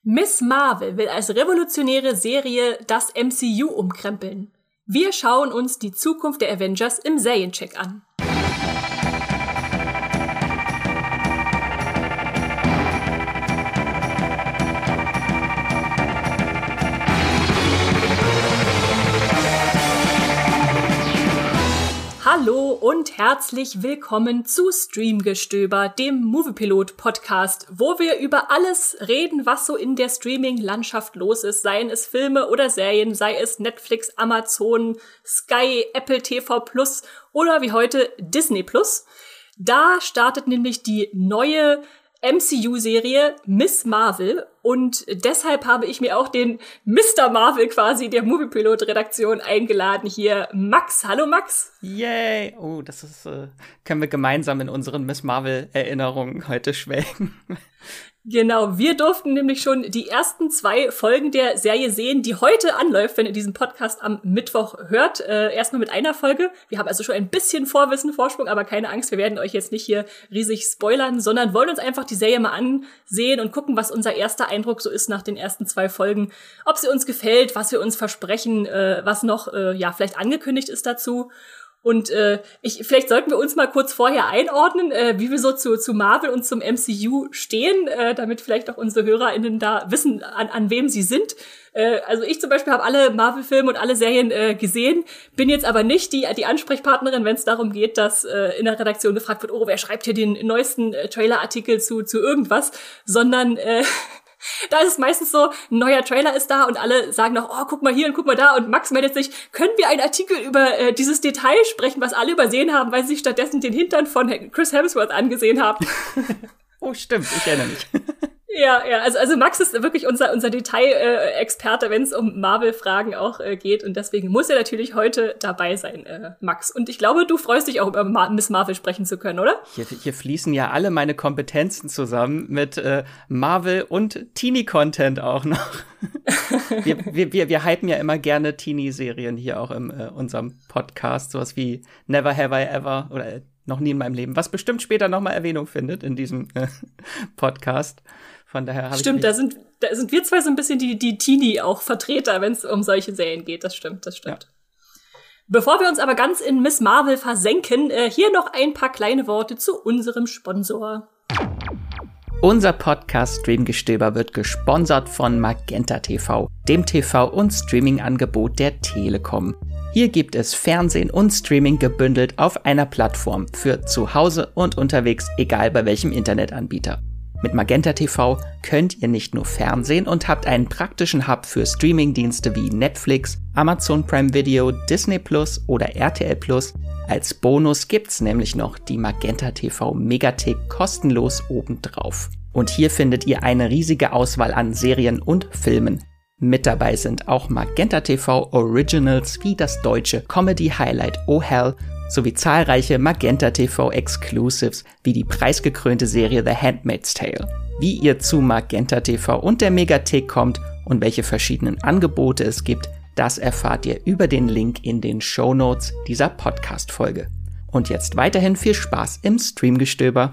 Miss Marvel will als revolutionäre Serie das MCU umkrempeln. Wir schauen uns die Zukunft der Avengers im Seriencheck an. Hallo und herzlich willkommen zu Streamgestöber, dem Moviepilot-Podcast, wo wir über alles reden, was so in der Streaming-Landschaft los ist, seien es Filme oder Serien, sei es Netflix, Amazon, Sky, Apple TV Plus oder wie heute Disney Plus. Da startet nämlich die neue MCU-Serie Miss Marvel und deshalb habe ich mir auch den Mr. Marvel quasi der Moviepilot-Redaktion eingeladen hier. Max, hallo Max. Yay! Oh, das ist, können wir gemeinsam in unseren Miss Marvel-Erinnerungen heute schwelgen. Genau, wir durften nämlich schon die ersten 2 Folgen der Serie sehen, die heute anläuft, wenn ihr diesen Podcast am Mittwoch hört. Erstmal mit einer Folge. Wir haben also schon ein bisschen Vorsprung, aber keine Angst, wir werden euch jetzt nicht hier riesig spoilern, sondern wollen uns einfach die Serie mal ansehen und gucken, was unser erster Eindruck so ist nach den ersten 2 Folgen. Ob sie uns gefällt, was wir uns versprechen, was noch vielleicht angekündigt ist dazu. Und vielleicht sollten wir uns mal kurz vorher einordnen, wie wir so zu Marvel und zum MCU stehen, damit vielleicht auch unsere HörerInnen da wissen, an wem sie sind. Also ich zum Beispiel habe alle Marvel-Filme und alle Serien gesehen, bin jetzt aber nicht die Ansprechpartnerin, wenn es darum geht, dass in der Redaktion gefragt wird, wer schreibt hier den neuesten Trailer-Artikel zu irgendwas, sondern da ist es meistens so, ein neuer Trailer ist da und alle sagen noch, guck mal hier und guck mal da und Max meldet sich, können wir einen Artikel über dieses Detail sprechen, was alle übersehen haben, weil sie sich stattdessen den Hintern von Chris Hemsworth angesehen haben. Oh, stimmt, ich erinnere mich. Ja, also Max ist wirklich unser Detail-Experte, wenn es um Marvel-Fragen auch geht und deswegen muss er natürlich heute dabei sein, Max. Und ich glaube, du freust dich auch, über Miss Marvel sprechen zu können, oder? Hier fließen ja alle meine Kompetenzen zusammen mit Marvel und Teenie-Content auch noch. wir hypen ja immer gerne Teenie-Serien hier auch in unserem Podcast, sowas wie Never Have I Ever oder noch nie in meinem Leben, was bestimmt später noch mal Erwähnung findet in diesem Podcast. Von daher habe Stimmt, da sind wir zwei so ein bisschen die Teenie auch Vertreter, wenn es um solche Serien geht. Das stimmt. Ja. Bevor wir uns aber ganz in Miss Marvel versenken, hier noch ein paar kleine Worte zu unserem Sponsor. Unser Podcast Streamgestöber wird gesponsert von Magenta TV, dem TV- und Streaming-Angebot der Telekom. Hier gibt es Fernsehen und Streaming gebündelt auf einer Plattform für zu Hause und unterwegs, egal bei welchem Internetanbieter. Mit Magenta TV könnt ihr nicht nur Fernsehen und habt einen praktischen Hub für Streamingdienste wie Netflix, Amazon Prime Video, Disney Plus oder RTL Plus. Als Bonus gibt's nämlich noch die Magenta TV Megathek kostenlos obendrauf. Und hier findet ihr eine riesige Auswahl an Serien und Filmen. Mit dabei sind auch Magenta TV Originals wie das deutsche Comedy Highlight Oh Hell sowie zahlreiche Magenta TV Exclusives wie die preisgekrönte Serie The Handmaid's Tale. Wie ihr zu Magenta TV und der Megathek kommt und welche verschiedenen Angebote es gibt, das erfahrt ihr über den Link in den Shownotes dieser Podcast-Folge. Und jetzt weiterhin viel Spaß im Streamgestöber.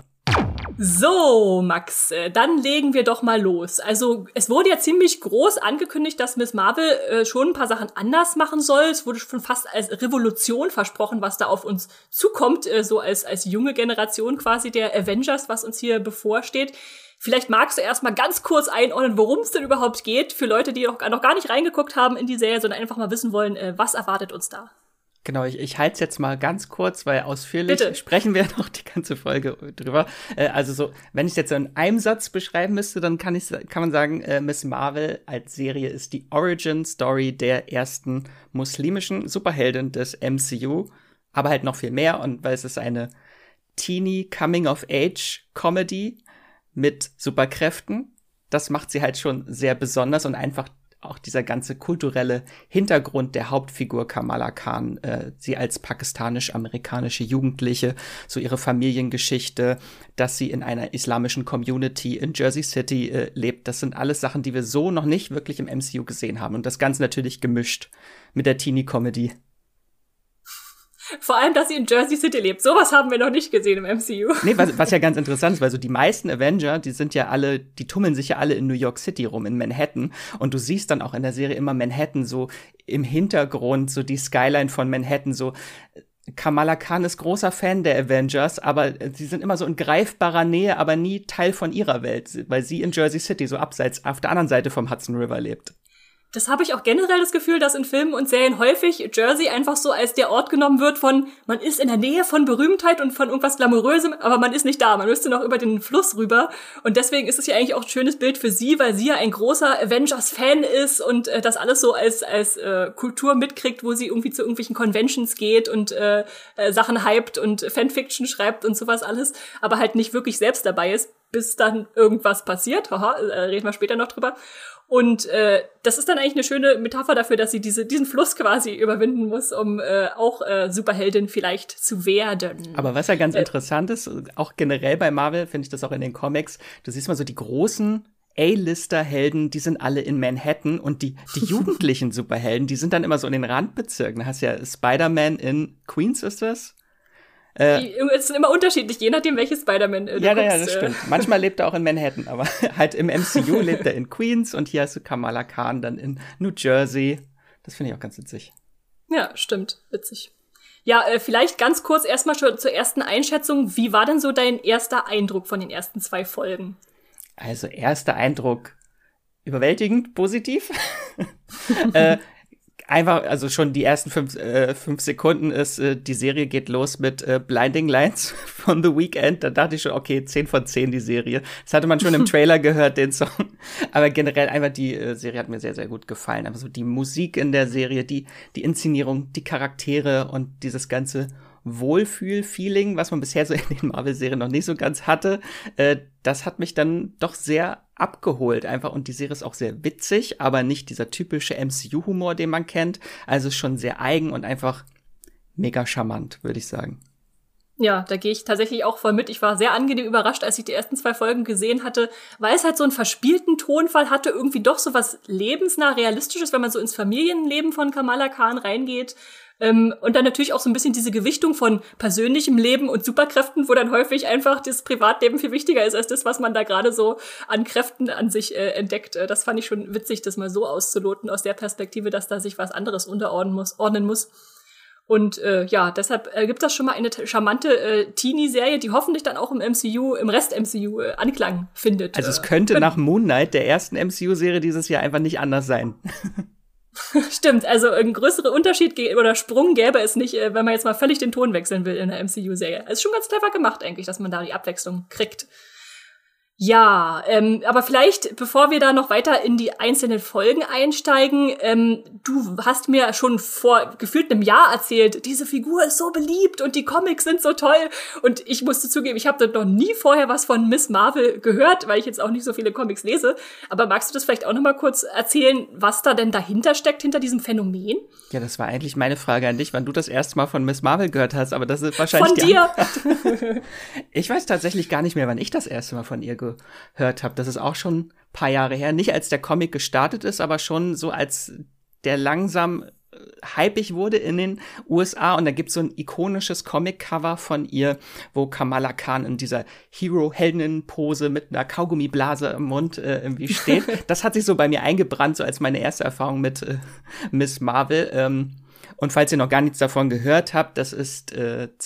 So, Max, dann legen wir doch mal los. Also, es wurde ja ziemlich groß angekündigt, dass Miss Marvel schon ein paar Sachen anders machen soll. Es wurde schon fast als Revolution versprochen, was da auf uns zukommt, so als junge Generation quasi der Avengers, was uns hier bevorsteht. Vielleicht magst du erstmal ganz kurz einordnen, worum es denn überhaupt geht, für Leute, die noch gar nicht reingeguckt haben in die Serie, sondern einfach mal wissen wollen, was erwartet uns da. Genau, ich halte es jetzt mal ganz kurz, weil ausführlich sprechen wir noch die ganze Folge drüber. Also so, wenn ich es jetzt in einem Satz beschreiben müsste, dann kann man sagen, Miss Marvel als Serie ist die Origin-Story der ersten muslimischen Superheldin des MCU, aber halt noch viel mehr, und weil es ist eine Teenie Coming-of-Age-Comedy mit Superkräften. Das macht sie halt schon sehr besonders und einfach auch dieser ganze kulturelle Hintergrund der Hauptfigur Kamala Khan, sie als pakistanisch-amerikanische Jugendliche, so ihre Familiengeschichte, dass sie in einer islamischen Community in Jersey City lebt, das sind alles Sachen, die wir so noch nicht wirklich im MCU gesehen haben. Und das Ganze natürlich gemischt mit der Teenie-Comedy. Vor allem, dass sie in Jersey City lebt. Sowas haben wir noch nicht gesehen im MCU. Nee, was ja ganz interessant ist, weil so die meisten Avenger, die tummeln sich ja alle in New York City rum, in Manhattan. Und du siehst dann auch in der Serie immer Manhattan so im Hintergrund, so die Skyline von Manhattan, so. Kamala Khan ist großer Fan der Avengers, aber sie sind immer so in greifbarer Nähe, aber nie Teil von ihrer Welt, weil sie in Jersey City so abseits auf der anderen Seite vom Hudson River lebt. Das habe ich auch generell das Gefühl, dass in Filmen und Serien häufig Jersey einfach so als der Ort genommen wird von, man ist in der Nähe von Berühmtheit und von irgendwas Glamourösem, aber man ist nicht da, man müsste noch über den Fluss rüber. Und deswegen ist es ja eigentlich auch ein schönes Bild für sie, weil sie ja ein großer Avengers-Fan ist und das alles so als Kultur mitkriegt, wo sie irgendwie zu irgendwelchen Conventions geht und Sachen hypt und Fanfiction schreibt und sowas alles, aber halt nicht wirklich selbst dabei ist, bis dann irgendwas passiert. Reden wir später noch drüber. Und das ist dann eigentlich eine schöne Metapher dafür, dass sie diesen Fluss quasi überwinden muss, um auch Superheldin vielleicht zu werden. Aber was ja ganz interessant ist, auch generell bei Marvel, finde ich das auch in den Comics, du siehst mal so die großen A-Lister-Helden, die sind alle in Manhattan und die jugendlichen Superhelden, die sind dann immer so in den Randbezirken. Da hast du ja Spider-Man in Queens, ist das? Es sind immer unterschiedlich, je nachdem, welches Spider-Man du ja, guckst. Ja, das stimmt. Manchmal lebt er auch in Manhattan, aber halt im MCU lebt er in Queens und hier hast du Kamala Khan dann in New Jersey. Das finde ich auch ganz witzig. Ja, stimmt. Witzig. Ja, vielleicht ganz kurz erstmal schon zur ersten Einschätzung. Wie war denn so dein erster Eindruck von den ersten 2 Folgen? Also, erster Eindruck überwältigend, positiv. Einfach, also schon die ersten 5 Sekunden ist, die Serie geht los mit Blinding Lights von The Weeknd. Da dachte ich schon, okay, 10 von 10 die Serie. Das hatte man schon im Trailer gehört, den Song. Aber generell einfach die Serie hat mir sehr, sehr gut gefallen. Einfach so die Musik in der Serie, die Inszenierung, die Charaktere und dieses ganze Wohlfühl-Feeling, was man bisher so in den Marvel-Serien noch nicht so ganz hatte, das hat mich dann doch sehr abgeholt einfach. Und die Serie ist auch sehr witzig, aber nicht dieser typische MCU-Humor, den man kennt. Also schon sehr eigen und einfach mega charmant, würde ich sagen. Ja, da gehe ich tatsächlich auch voll mit. Ich war sehr angenehm überrascht, als ich die ersten 2 Folgen gesehen hatte, weil es halt so einen verspielten Tonfall hatte, irgendwie doch so was lebensnah Realistisches, wenn man so ins Familienleben von Kamala Khan reingeht. Und dann natürlich auch so ein bisschen diese Gewichtung von persönlichem Leben und Superkräften, wo dann häufig einfach das Privatleben viel wichtiger ist als das, was man da gerade so an Kräften an sich entdeckt. Das fand ich schon witzig, das mal so auszuloten aus der Perspektive, dass da sich was anderes ordnen muss. Und ja, deshalb gibt das schon mal eine charmante Teenie-Serie, die hoffentlich dann auch im Rest-MCU Anklang findet. Also es könnte nach Moon Knight, der ersten MCU-Serie dieses Jahr, einfach nicht anders sein. Stimmt, also ein größerer Unterschied oder Sprung gäbe es nicht, wenn man jetzt mal völlig den Ton wechseln will in der MCU-Serie. Es ist schon ganz clever gemacht eigentlich, dass man da die Abwechslung kriegt. Ja, aber vielleicht, bevor wir da noch weiter in die einzelnen Folgen einsteigen, du hast mir schon vor gefühlt einem Jahr erzählt, diese Figur ist so beliebt und die Comics sind so toll. Und ich musste zugeben, ich habe noch nie vorher was von Miss Marvel gehört, weil ich jetzt auch nicht so viele Comics lese. Aber magst du das vielleicht auch noch mal kurz erzählen, was da denn dahinter steckt, hinter diesem Phänomen? Ja, das war eigentlich meine Frage an dich, wann du das erste Mal von Miss Marvel gehört hast. Aber das ist wahrscheinlich von dir. Ich weiß tatsächlich gar nicht mehr, wann ich das erste Mal von ihr gehört habe. Das ist auch schon ein paar Jahre her. Nicht als der Comic gestartet ist, aber schon so als der langsam hypig wurde in den USA. Und da gibt's so ein ikonisches Comic-Cover von ihr, wo Kamala Khan in dieser Hero-Heldinnen-Pose mit einer Kaugummiblase im Mund irgendwie steht. Das hat sich so bei mir eingebrannt, so als meine erste Erfahrung mit Miss Marvel. Und falls ihr noch gar nichts davon gehört habt, das ist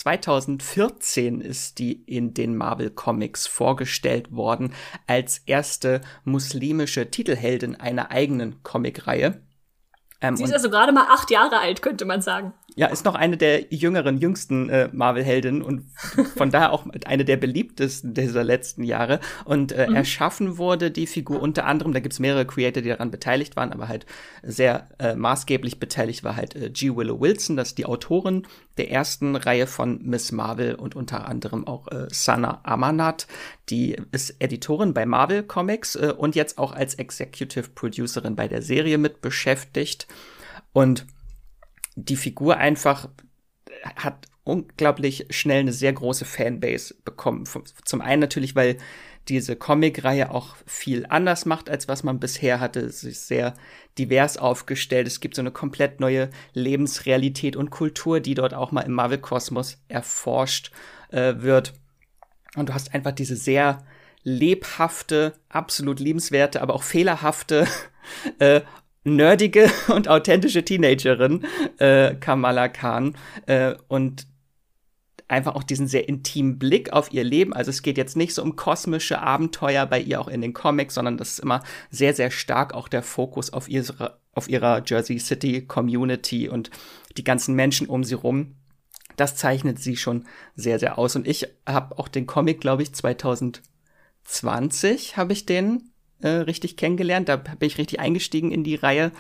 2014 ist die in den Marvel Comics vorgestellt worden als erste muslimische Titelheldin einer eigenen Comicreihe. Sie ist also gerade mal 8 Jahre alt, könnte man sagen. Ja, ist noch eine der jüngsten Marvel-Heldinnen und von daher auch eine der beliebtesten dieser letzten Jahre. Und erschaffen wurde die Figur unter anderem, da gibt's mehrere Creator, die daran beteiligt waren, aber halt sehr maßgeblich beteiligt war halt G. Willow Wilson, das ist die Autorin der ersten Reihe von Miss Marvel und unter anderem auch Sana Amanat, die ist Editorin bei Marvel Comics und jetzt auch als Executive Producerin bei der Serie mit beschäftigt. Und die Figur einfach hat unglaublich schnell eine sehr große Fanbase bekommen. Zum einen natürlich, weil diese Comic-Reihe auch viel anders macht, als was man bisher hatte. Es ist sehr divers aufgestellt. Es gibt so eine komplett neue Lebensrealität und Kultur, die dort auch mal im Marvel-Kosmos erforscht wird. Und du hast einfach diese sehr lebhafte, absolut liebenswerte, aber auch fehlerhafte, nerdige und authentische Teenagerin, Kamala Khan, und einfach auch diesen sehr intimen Blick auf ihr Leben. Also es geht jetzt nicht so um kosmische Abenteuer bei ihr auch in den Comics, sondern das ist immer sehr, sehr stark auch der Fokus auf ihrer Jersey City Community und die ganzen Menschen um sie rum. Das zeichnet sie schon sehr, sehr aus. Und ich habe auch den Comic, glaube ich, 2020 habe ich den richtig kennengelernt. Da bin ich richtig eingestiegen in die Reihe.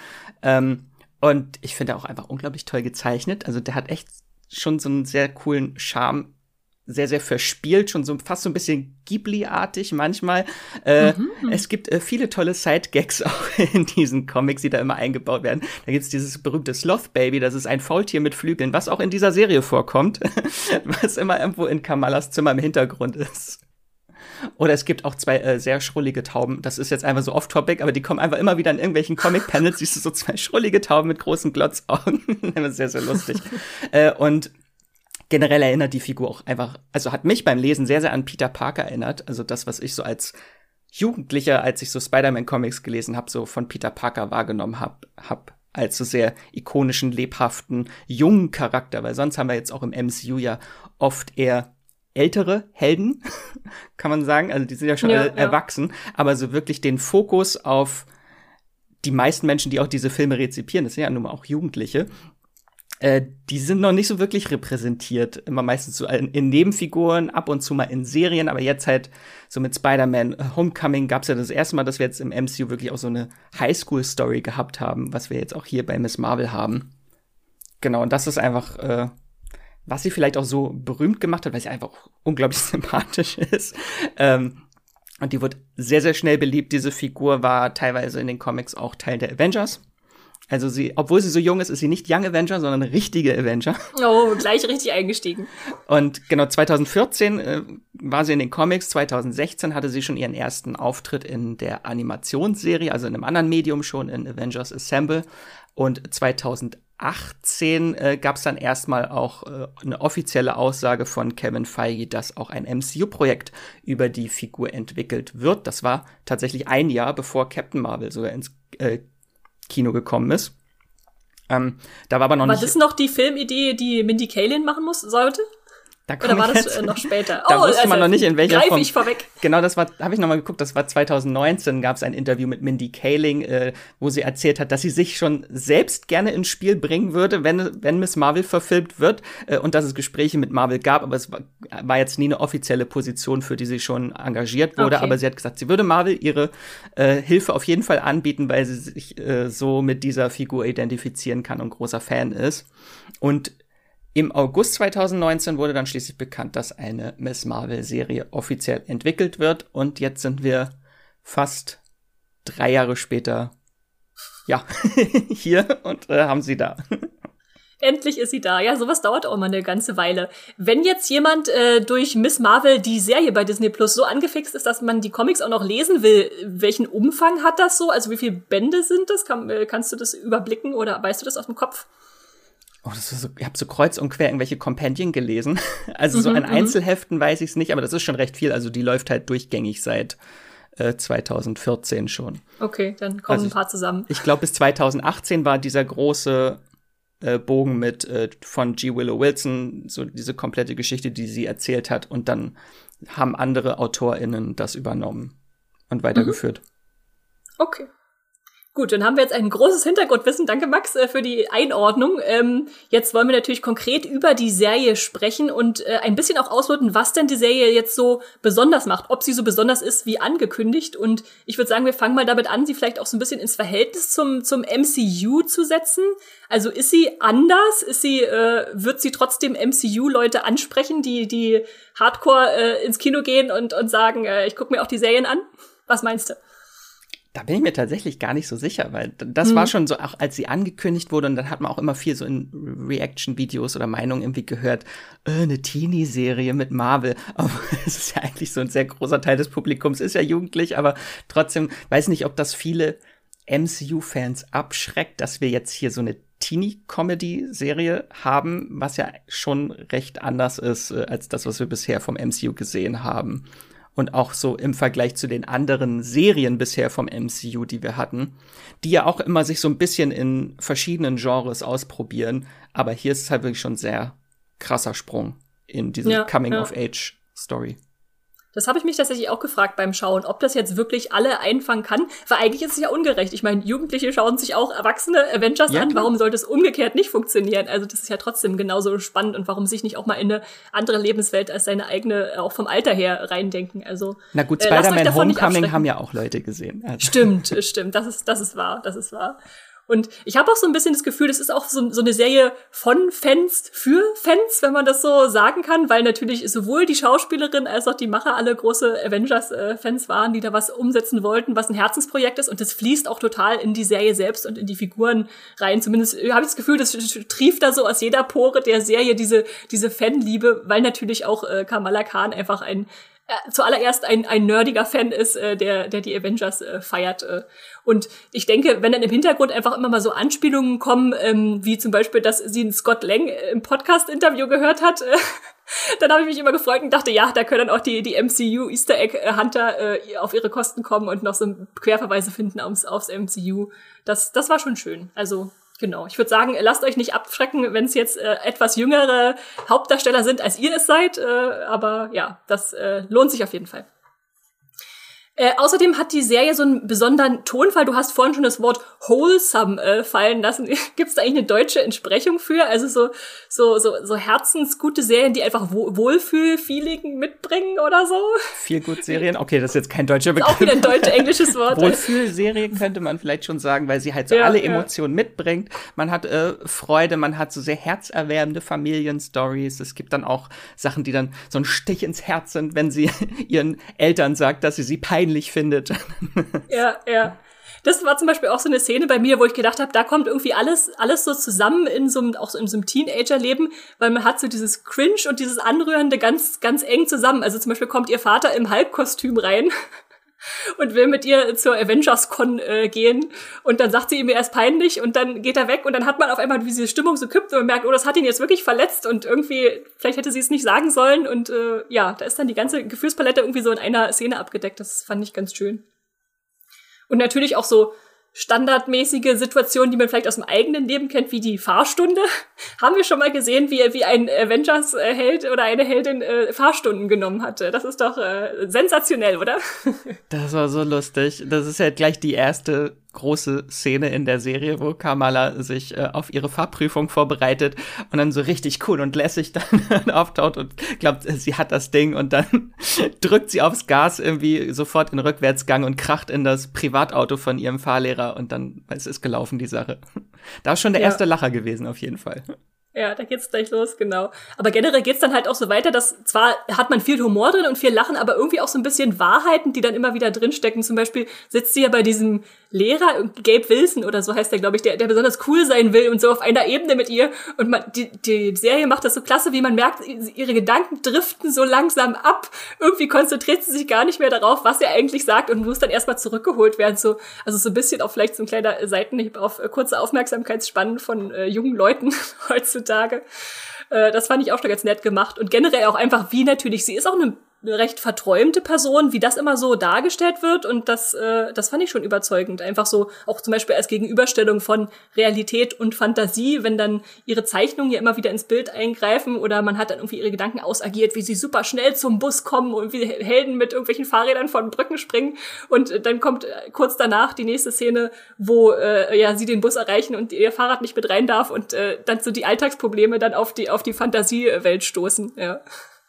Und ich finde auch einfach unglaublich toll gezeichnet. Also der hat echt schon so einen sehr coolen Charme, sehr, sehr verspielt, schon so fast so ein bisschen Ghibli-artig manchmal. Es gibt viele tolle Side-Gags auch in diesen Comics, die da immer eingebaut werden. Da gibt's dieses berühmte Sloth-Baby, das ist ein Faultier mit Flügeln, was auch in dieser Serie vorkommt, was immer irgendwo in Kamalas Zimmer im Hintergrund ist. Oder es gibt auch zwei sehr schrullige Tauben. Das ist jetzt einfach so off-topic, aber die kommen einfach immer wieder in irgendwelchen Comic-Panels. Siehst du so zwei schrullige Tauben mit großen Glotzaugen. Das ist sehr, sehr lustig. Und generell erinnert die Figur auch einfach, also hat mich beim Lesen sehr, sehr an Peter Parker erinnert. Also das, was ich so als Jugendlicher, als ich so Spider-Man-Comics gelesen habe, so von Peter Parker wahrgenommen hab als so sehr ikonischen, lebhaften, jungen Charakter. Weil sonst haben wir jetzt auch im MCU ja oft eher ältere Helden, kann man sagen. Also die sind ja schon alle erwachsen. Aber so wirklich den Fokus auf die meisten Menschen, die auch diese Filme rezipieren, das sind ja nun mal auch Jugendliche, die sind noch nicht so wirklich repräsentiert. Immer meistens so in Nebenfiguren, ab und zu mal in Serien. Aber jetzt halt so mit Spider-Man Homecoming gab's ja das erste Mal, dass wir jetzt im MCU wirklich auch so eine Highschool-Story gehabt haben, was wir jetzt auch hier bei Miss Marvel haben. Genau, und das ist einfach was sie vielleicht auch so berühmt gemacht hat, weil sie einfach auch unglaublich sympathisch ist. Und die wurde sehr, sehr schnell beliebt. Diese Figur war teilweise in den Comics auch Teil der Avengers. Also obwohl sie so jung ist, ist sie nicht Young Avenger, sondern eine richtige Avenger. Oh, gleich richtig eingestiegen. Und genau, 2014 war sie in den Comics. 2016 hatte sie schon ihren ersten Auftritt in der Animationsserie, also in einem anderen Medium schon, in Avengers Assemble. Und 2018 gab es dann erstmal auch eine offizielle Aussage von Kevin Feige, dass auch ein MCU-Projekt über die Figur entwickelt wird. Das war tatsächlich ein Jahr, bevor Captain Marvel sogar ins Kino gekommen ist. Da war aber noch nicht. War das noch die Filmidee, die Mindy Kaling machen sollte? Oder war das noch später? Da wusste man noch nicht, in welcher Form. Greife ich vorweg. Genau, habe ich noch mal geguckt, das war 2019, gab es ein Interview mit Mindy Kaling, wo sie erzählt hat, dass sie sich schon selbst gerne ins Spiel bringen würde, wenn Miss Marvel verfilmt wird, und dass es Gespräche mit Marvel gab, aber es war jetzt nie eine offizielle Position, für die sie schon engagiert wurde, aber sie hat gesagt, sie würde Marvel ihre Hilfe auf jeden Fall anbieten, weil sie sich so mit dieser Figur identifizieren kann und großer Fan ist. Und im August 2019 wurde dann schließlich bekannt, dass eine Miss Marvel-Serie offiziell entwickelt wird. Und jetzt sind wir fast 3 Jahre später, hier und haben sie da. Endlich ist sie da. Ja, sowas dauert auch mal eine ganze Weile. Wenn jetzt jemand durch Miss Marvel, die Serie bei Disney Plus, so angefixt ist, dass man die Comics auch noch lesen will, welchen Umfang hat das so? Also wie viele Bände sind das? Kannst du das überblicken oder weißt du das aus dem Kopf? Oh, das ist so, ich habe so kreuz und quer irgendwelche Companion gelesen. Also so an Einzelheften weiß ich es nicht, aber das ist schon recht viel. Also die läuft halt durchgängig seit 2014 schon. Okay, dann kommen ein paar zusammen. Ich glaube, bis 2018 war dieser große Bogen mit von G. Willow Wilson, so diese komplette Geschichte, die sie erzählt hat. Und dann haben andere AutorInnen das übernommen und weitergeführt. Okay. Gut, dann haben wir jetzt ein großes Hintergrundwissen. Danke, Max, für die Einordnung. Jetzt wollen wir natürlich konkret über die Serie sprechen und ein bisschen auch ausloten, was denn die Serie jetzt so besonders macht. Ob sie so besonders ist wie angekündigt. Und ich würde sagen, wir fangen mal damit an, sie vielleicht auch so ein bisschen ins Verhältnis zum MCU zu setzen. Also ist sie anders? Wird sie trotzdem MCU-Leute ansprechen, die Hardcore ins Kino gehen und sagen, ich gucke mir auch die Serien an? Was meinst du? Da bin ich mir tatsächlich gar nicht so sicher, weil das war schon so, auch als sie angekündigt wurde, und dann hat man auch immer viel so in Reaction-Videos oder Meinungen irgendwie gehört, eine Teenie-Serie mit Marvel. Aber es ist ja eigentlich so ein sehr großer Teil des Publikums, ist ja jugendlich, aber trotzdem, weiß nicht, ob das viele MCU-Fans abschreckt, dass wir jetzt hier so eine Teenie-Comedy-Serie haben, was ja schon recht anders ist als das, was wir bisher vom MCU gesehen haben. Und auch so im Vergleich zu den anderen Serien bisher vom MCU, die wir hatten, die ja auch immer sich so ein bisschen in verschiedenen Genres ausprobieren. Aber hier ist es halt wirklich schon ein sehr krasser Sprung in diese Coming-of-Age-Story. Das habe ich mich tatsächlich auch gefragt beim Schauen, ob das jetzt wirklich alle einfangen kann. Weil eigentlich ist es ja ungerecht. Ich meine, Jugendliche schauen sich auch erwachsene Avengers an. Warum sollte es umgekehrt nicht funktionieren? Also das ist ja trotzdem genauso spannend. Und warum sich nicht auch mal in eine andere Lebenswelt als seine eigene, auch vom Alter her, reindenken? Also, na gut, Spider-Man Homecoming haben ja auch Leute gesehen. Also. Stimmt. Das ist wahr. Und ich habe auch so ein bisschen das Gefühl, das ist auch so eine Serie von Fans für Fans, wenn man das so sagen kann, weil natürlich sowohl die Schauspielerin als auch die Macher alle große Avengers-Fans waren, die da was umsetzen wollten, was ein Herzensprojekt ist. Und das fließt auch total in die Serie selbst und in die Figuren rein. Zumindest habe ich das Gefühl, das trieft da so aus jeder Pore der Serie diese Fanliebe, weil natürlich auch Kamala Khan einfach zuallererst ein nerdiger Fan ist, der die Avengers feiert. Und ich denke, wenn dann im Hintergrund einfach immer mal so Anspielungen kommen, wie zum Beispiel, dass sie einen Scott Lang im Podcast-Interview gehört hat, dann habe ich mich immer gefreut und dachte, ja, da können dann auch die MCU Easter Egg Hunter auf ihre Kosten kommen und noch so Querverweise finden aufs MCU. Das war schon schön. Also genau, ich würde sagen, lasst euch nicht abschrecken, wenn es jetzt etwas jüngere Hauptdarsteller sind, als ihr es seid. Aber ja, das lohnt sich auf jeden Fall. Außerdem hat die Serie so einen besonderen Tonfall. Du hast vorhin schon das Wort wholesome fallen lassen. Gibt es da eigentlich eine deutsche Entsprechung für? Also so herzensgute Serien, die einfach Wohlfühl-Feeling mitbringen oder so? Feelgood-Serien? Okay, das ist jetzt kein deutscher Begriff. Auch wieder ein deutsch-englisches Wort. Wohlfühl-Serie könnte man vielleicht schon sagen, weil sie halt so alle Emotionen mitbringt. Man hat Freude, man hat so sehr herzerwärmende Familienstories. Es gibt dann auch Sachen, die dann so ein Stich ins Herz sind, wenn sie ihren Eltern sagt, dass sie peinlich findet. Ja. Das war zum Beispiel auch so eine Szene bei mir, wo ich gedacht habe, da kommt irgendwie alles so zusammen in so einem Teenager-Leben, weil man hat so dieses Cringe und dieses Anrührende ganz, ganz eng zusammen. Also zum Beispiel kommt ihr Vater im Hulk-Kostüm rein und will mit ihr zur Avengers-Con gehen und dann sagt sie ihm, er ist peinlich und dann geht er weg und dann hat man auf einmal, wie diese Stimmung so kippt und man merkt, oh, das hat ihn jetzt wirklich verletzt und irgendwie, vielleicht hätte sie es nicht sagen sollen und da ist dann die ganze Gefühlspalette irgendwie so in einer Szene abgedeckt. Das fand ich ganz schön. Und natürlich auch so standardmäßige Situationen, die man vielleicht aus dem eigenen Leben kennt, wie die Fahrstunde. Haben wir schon mal gesehen, wie ein Avengers-Held oder eine Heldin Fahrstunden genommen hatte. Das ist doch sensationell, oder? Das war so lustig. Das ist ja gleich die erste große Szene in der Serie, wo Kamala sich auf ihre Fahrprüfung vorbereitet und dann so richtig cool und lässig dann auftaucht und glaubt, sie hat das Ding und dann drückt sie aufs Gas irgendwie sofort in Rückwärtsgang und kracht in das Privatauto von ihrem Fahrlehrer und dann es ist gelaufen, die Sache. Da ist schon der erste Lacher gewesen, auf jeden Fall. Ja, da geht's gleich los, genau. Aber generell geht's dann halt auch so weiter, dass zwar hat man viel Humor drin und viel Lachen, aber irgendwie auch so ein bisschen Wahrheiten, die dann immer wieder drinstecken. Zum Beispiel sitzt sie ja bei diesem Lehrer, Gabe Wilson oder so heißt der, glaube ich, der besonders cool sein will und so auf einer Ebene mit ihr. Und die Serie macht das so klasse, wie man merkt, ihre Gedanken driften so langsam ab. Irgendwie konzentriert sie sich gar nicht mehr darauf, was er eigentlich sagt und muss dann erstmal zurückgeholt werden. Also so ein bisschen auch vielleicht so ein kleiner Seitenhieb auf kurze Aufmerksamkeitsspannen von jungen Leuten heutzutage. Das fand ich auch schon ganz nett gemacht. Und generell auch einfach, wie natürlich, sie ist auch eine recht verträumte Person, wie das immer so dargestellt wird. Und das fand ich schon überzeugend. Einfach so, auch zum Beispiel als Gegenüberstellung von Realität und Fantasie, wenn dann ihre Zeichnungen ja immer wieder ins Bild eingreifen oder man hat dann irgendwie ihre Gedanken ausagiert, wie sie super schnell zum Bus kommen und wie Helden mit irgendwelchen Fahrrädern von Brücken springen. Und dann kommt kurz danach die nächste Szene, wo sie den Bus erreichen und ihr Fahrrad nicht mit rein darf und dann so die Alltagsprobleme dann auf die Fantasiewelt stoßen. Ja.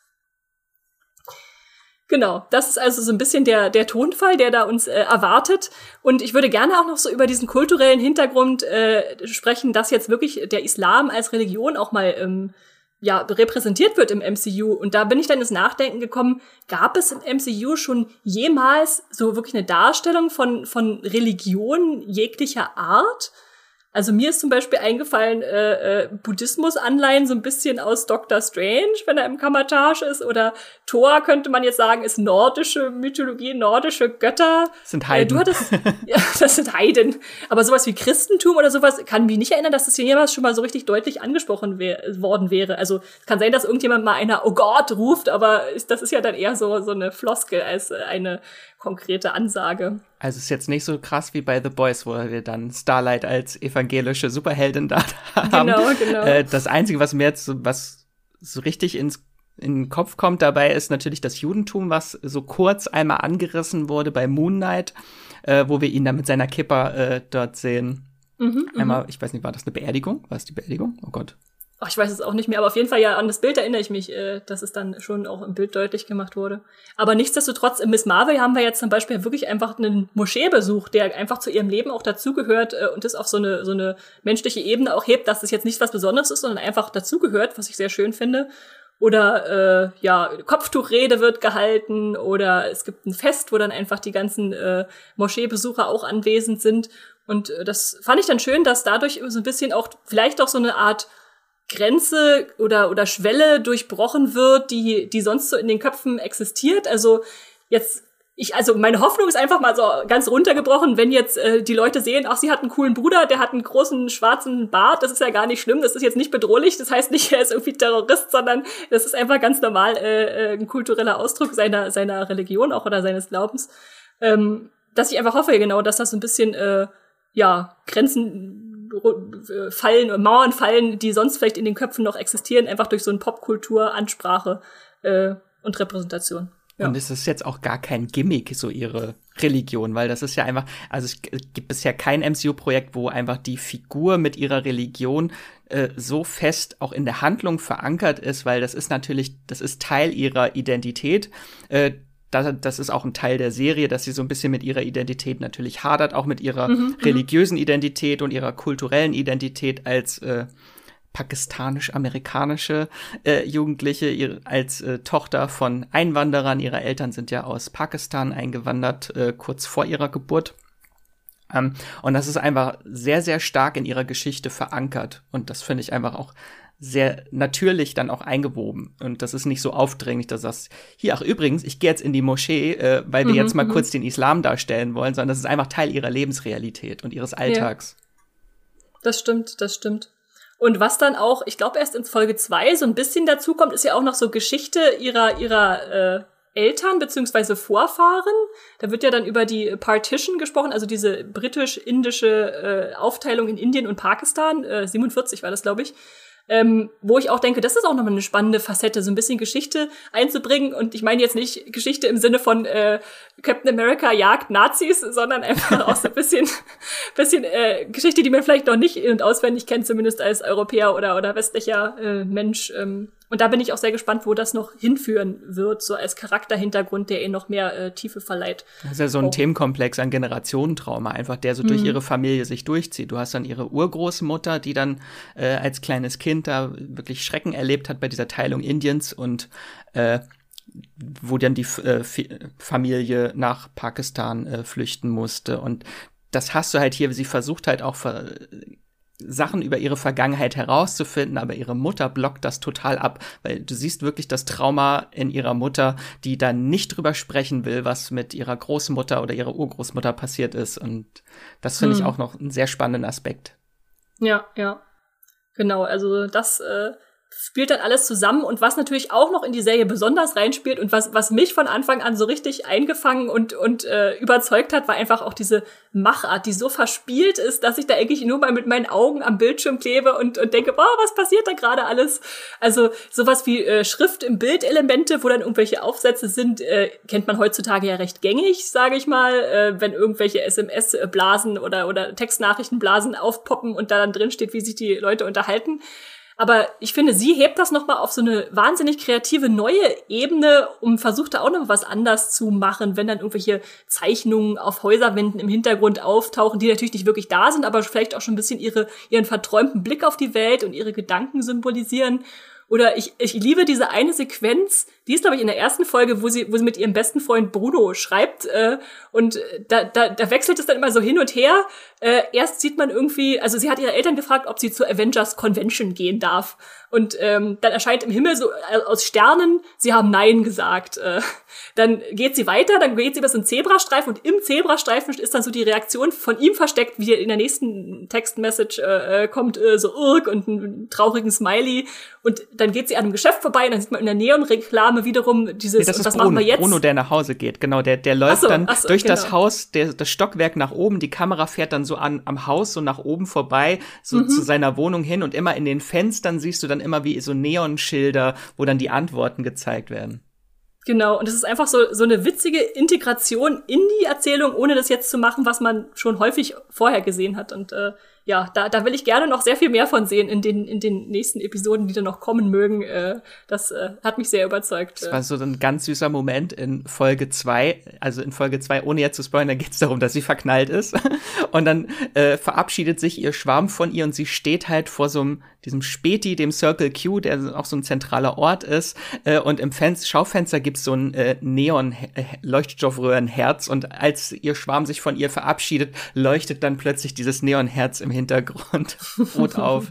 Genau, das ist also so ein bisschen der Tonfall, der da uns erwartet. Und ich würde gerne auch noch so über diesen kulturellen Hintergrund sprechen, dass jetzt wirklich der Islam als Religion auch mal repräsentiert wird im MCU. Und da bin ich dann ins Nachdenken gekommen, gab es im MCU schon jemals so wirklich eine Darstellung von Religion jeglicher Art? Also mir ist zum Beispiel eingefallen, Buddhismus-Anleihen so ein bisschen aus Doctor Strange, wenn er im Kammertage ist. Oder Thor, könnte man jetzt sagen, ist nordische Mythologie, nordische Götter. Das sind Heiden. Ja, das sind Heiden. Aber sowas wie Christentum oder sowas, kann mich nicht erinnern, dass das hier jemals schon mal so richtig deutlich angesprochen worden wäre. Also es kann sein, dass irgendjemand mal einer "Oh Gott" ruft, aber das ist ja dann eher so eine Floskel als eine konkrete Ansage. Also es ist jetzt nicht so krass wie bei The Boys, wo wir dann Starlight als evangelische Superheldin da haben. Genau. Das Einzige, was mir jetzt was so richtig in den Kopf kommt dabei, ist natürlich das Judentum, was so kurz einmal angerissen wurde bei Moon Knight, wo wir ihn dann mit seiner Kippa dort sehen. Einmal, ich weiß nicht, war das eine Beerdigung? War es die Beerdigung? Oh Gott. Ach, ich weiß es auch nicht mehr, aber auf jeden Fall ja an das Bild erinnere ich mich, dass es dann schon auch im Bild deutlich gemacht wurde. Aber nichtsdestotrotz, in Miss Marvel haben wir jetzt zum Beispiel wirklich einfach einen Moscheebesuch, der einfach zu ihrem Leben auch dazugehört und das auf so eine menschliche Ebene auch hebt, dass das jetzt nicht was Besonderes ist, sondern einfach dazugehört, was ich sehr schön finde. Oder Kopftuchrede wird gehalten oder es gibt ein Fest, wo dann einfach die ganzen Moscheebesucher auch anwesend sind. Und das fand ich dann schön, dass dadurch so ein bisschen auch vielleicht auch so eine Art Grenze oder Schwelle durchbrochen wird, die sonst so in den Köpfen existiert. Also meine Hoffnung ist einfach mal so ganz runtergebrochen, wenn jetzt die Leute sehen, ach, sie hat einen coolen Bruder, der hat einen großen schwarzen Bart, das ist ja gar nicht schlimm, das ist jetzt nicht bedrohlich, das heißt nicht, er ist irgendwie Terrorist, sondern das ist einfach ganz normal ein kultureller Ausdruck seiner Religion auch oder seines Glaubens. Dass ich einfach hoffe, genau, dass das so ein bisschen Grenzen fallen und Mauern fallen, die sonst vielleicht in den Köpfen noch existieren, einfach durch so eine Popkultur, Ansprache und Repräsentation. Ja. Und es ist jetzt auch gar kein Gimmick, so ihre Religion, weil das ist ja einfach, also es gibt bisher kein MCU-Projekt, wo einfach die Figur mit ihrer Religion so fest auch in der Handlung verankert ist, weil das ist Teil ihrer Identität. Das ist auch ein Teil der Serie, dass sie so ein bisschen mit ihrer Identität natürlich hadert, auch mit ihrer religiösen Identität und ihrer kulturellen Identität als pakistanisch-amerikanische Jugendliche, als Tochter von Einwanderern. Ihre Eltern sind ja aus Pakistan eingewandert, kurz vor ihrer Geburt. Und das ist einfach sehr, sehr stark in ihrer Geschichte verankert. Und das finde ich einfach auch sehr natürlich dann auch eingewoben. Und das ist nicht so aufdringlich, dass du sagst, hier, ach übrigens, ich gehe jetzt in die Moschee, weil wir jetzt mal kurz den Islam darstellen wollen, sondern das ist einfach Teil ihrer Lebensrealität und ihres Alltags. Ja. Das stimmt. Und was dann auch, ich glaube, erst in Folge 2 so ein bisschen dazu kommt, ist ja auch noch so Geschichte ihrer Eltern beziehungsweise Vorfahren. Da wird ja dann über die Partition gesprochen, also diese britisch-indische Aufteilung in Indien und Pakistan. 47 war das, glaube ich. Wo ich auch denke, das ist auch nochmal eine spannende Facette, so ein bisschen Geschichte einzubringen. Und ich meine jetzt nicht Geschichte im Sinne von Captain America jagt Nazis, sondern einfach auch so ein bisschen Geschichte, die man vielleicht noch nicht in- und auswendig kennt, zumindest als Europäer oder westlicher Mensch. Und da bin ich auch sehr gespannt, wo das noch hinführen wird, so als Charakterhintergrund, der ihnen noch mehr Tiefe verleiht. Das ist ja so ein Themenkomplex an Generationentrauma, einfach der so durch ihre Familie sich durchzieht. Du hast dann ihre Urgroßmutter, die dann als kleines Kind da wirklich Schrecken erlebt hat bei dieser Teilung Indiens und wo dann die Familie nach Pakistan flüchten musste. Und das hast du halt hier, sie versucht halt auch Sachen über ihre Vergangenheit herauszufinden, aber ihre Mutter blockt das total ab, weil du siehst wirklich das Trauma in ihrer Mutter, die dann nicht drüber sprechen will, was mit ihrer Großmutter oder ihrer Urgroßmutter passiert ist. Und das finde ich auch noch einen sehr spannenden Aspekt. Ja. Genau, also das spielt dann alles zusammen. Und was natürlich auch noch in die Serie besonders reinspielt und was mich von Anfang an so richtig eingefangen und überzeugt hat, war einfach auch diese Machart, die so verspielt ist, dass ich da eigentlich nur mal mit meinen Augen am Bildschirm klebe und denke, boah, was passiert da gerade alles? Also sowas wie Schrift im Bildelemente, wo dann irgendwelche Aufsätze sind, kennt man heutzutage ja recht gängig, sage ich mal, wenn irgendwelche SMS-Blasen oder Textnachrichtenblasen aufpoppen und da dann drin steht, wie sich die Leute unterhalten. Aber ich finde, sie hebt das nochmal auf so eine wahnsinnig kreative neue Ebene und versucht da auch noch was anders zu machen, wenn dann irgendwelche Zeichnungen auf Häuserwänden im Hintergrund auftauchen, die natürlich nicht wirklich da sind, aber vielleicht auch schon ein bisschen ihren verträumten Blick auf die Welt und ihre Gedanken symbolisieren. Oder ich liebe diese eine Sequenz, die ist, glaube ich, in der ersten Folge, wo sie mit ihrem besten Freund Bruno schreibt. Und da wechselt es dann immer so hin und her. Erst sieht man irgendwie, also sie hat ihre Eltern gefragt, ob sie zur Avengers Convention gehen darf. Und dann erscheint im Himmel so aus Sternen, sie haben Nein gesagt. Dann geht sie weiter, dann geht sie über so einen Zebrastreifen und im Zebrastreifen ist dann so die Reaktion von ihm versteckt, wie in der nächsten Textmessage kommt so Urk und einen traurigen Smiley. Und dann geht sie an einem Geschäft vorbei und dann sieht man in der Neonreklame wiederum dieses, das ist was Bruno, machen wir jetzt? Bruno, der nach Hause geht, genau, der läuft durch das Haus, das Stockwerk nach oben, die Kamera fährt dann so am Haus so nach oben vorbei, so zu seiner Wohnung hin und immer in den Fenstern siehst du dann immer wie so Neonschilder, wo dann die Antworten gezeigt werden. Genau, und es ist einfach so eine witzige Integration in die Erzählung, ohne das jetzt zu machen, was man schon häufig vorher gesehen hat. Und da will ich gerne noch sehr viel mehr von sehen in den nächsten Episoden, die dann noch kommen mögen. Das hat mich sehr überzeugt. Das war so ein ganz süßer Moment in Folge 2. Also in Folge 2, ohne jetzt zu spoilern, da geht es darum, dass sie verknallt ist. Und dann verabschiedet sich ihr Schwarm von ihr und sie steht halt vor diesem Späti, dem Circle Q, der auch so ein zentraler Ort ist. Und im Schaufenster gibt's so ein Neon-Leuchtstoffröhrenherz. Und als ihr Schwarm sich von ihr verabschiedet, leuchtet dann plötzlich dieses Neonherz im Hintergrund rot auf.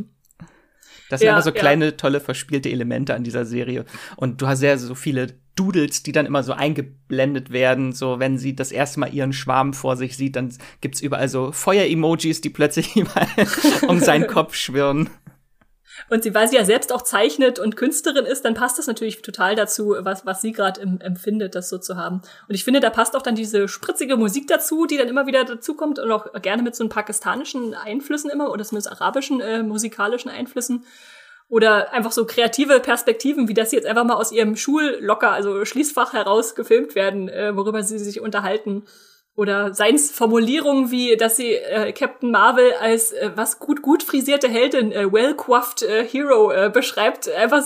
Das sind einfach so kleine, tolle, verspielte Elemente an dieser Serie. Und du hast ja so viele Doodles, die dann immer so eingeblendet werden. So, wenn sie das erste Mal ihren Schwarm vor sich sieht, dann gibt's überall so Feuer-Emojis, die plötzlich überall um seinen Kopf schwirren. Und weil sie ja selbst auch zeichnet und Künstlerin ist, dann passt das natürlich total dazu, was sie gerade empfindet, das so zu haben. Und ich finde, da passt auch dann diese spritzige Musik dazu, die dann immer wieder dazukommt und auch gerne mit so einen pakistanischen Einflüssen immer oder zumindest arabischen musikalischen Einflüssen. Oder einfach so kreative Perspektiven, wie das jetzt einfach mal aus ihrem Schullocker, also Schließfach heraus gefilmt werden, worüber sie sich unterhalten. Oder seins Formulierungen wie, dass sie Captain Marvel als gut frisierte Heldin, well-coiffed Hero beschreibt. Einfach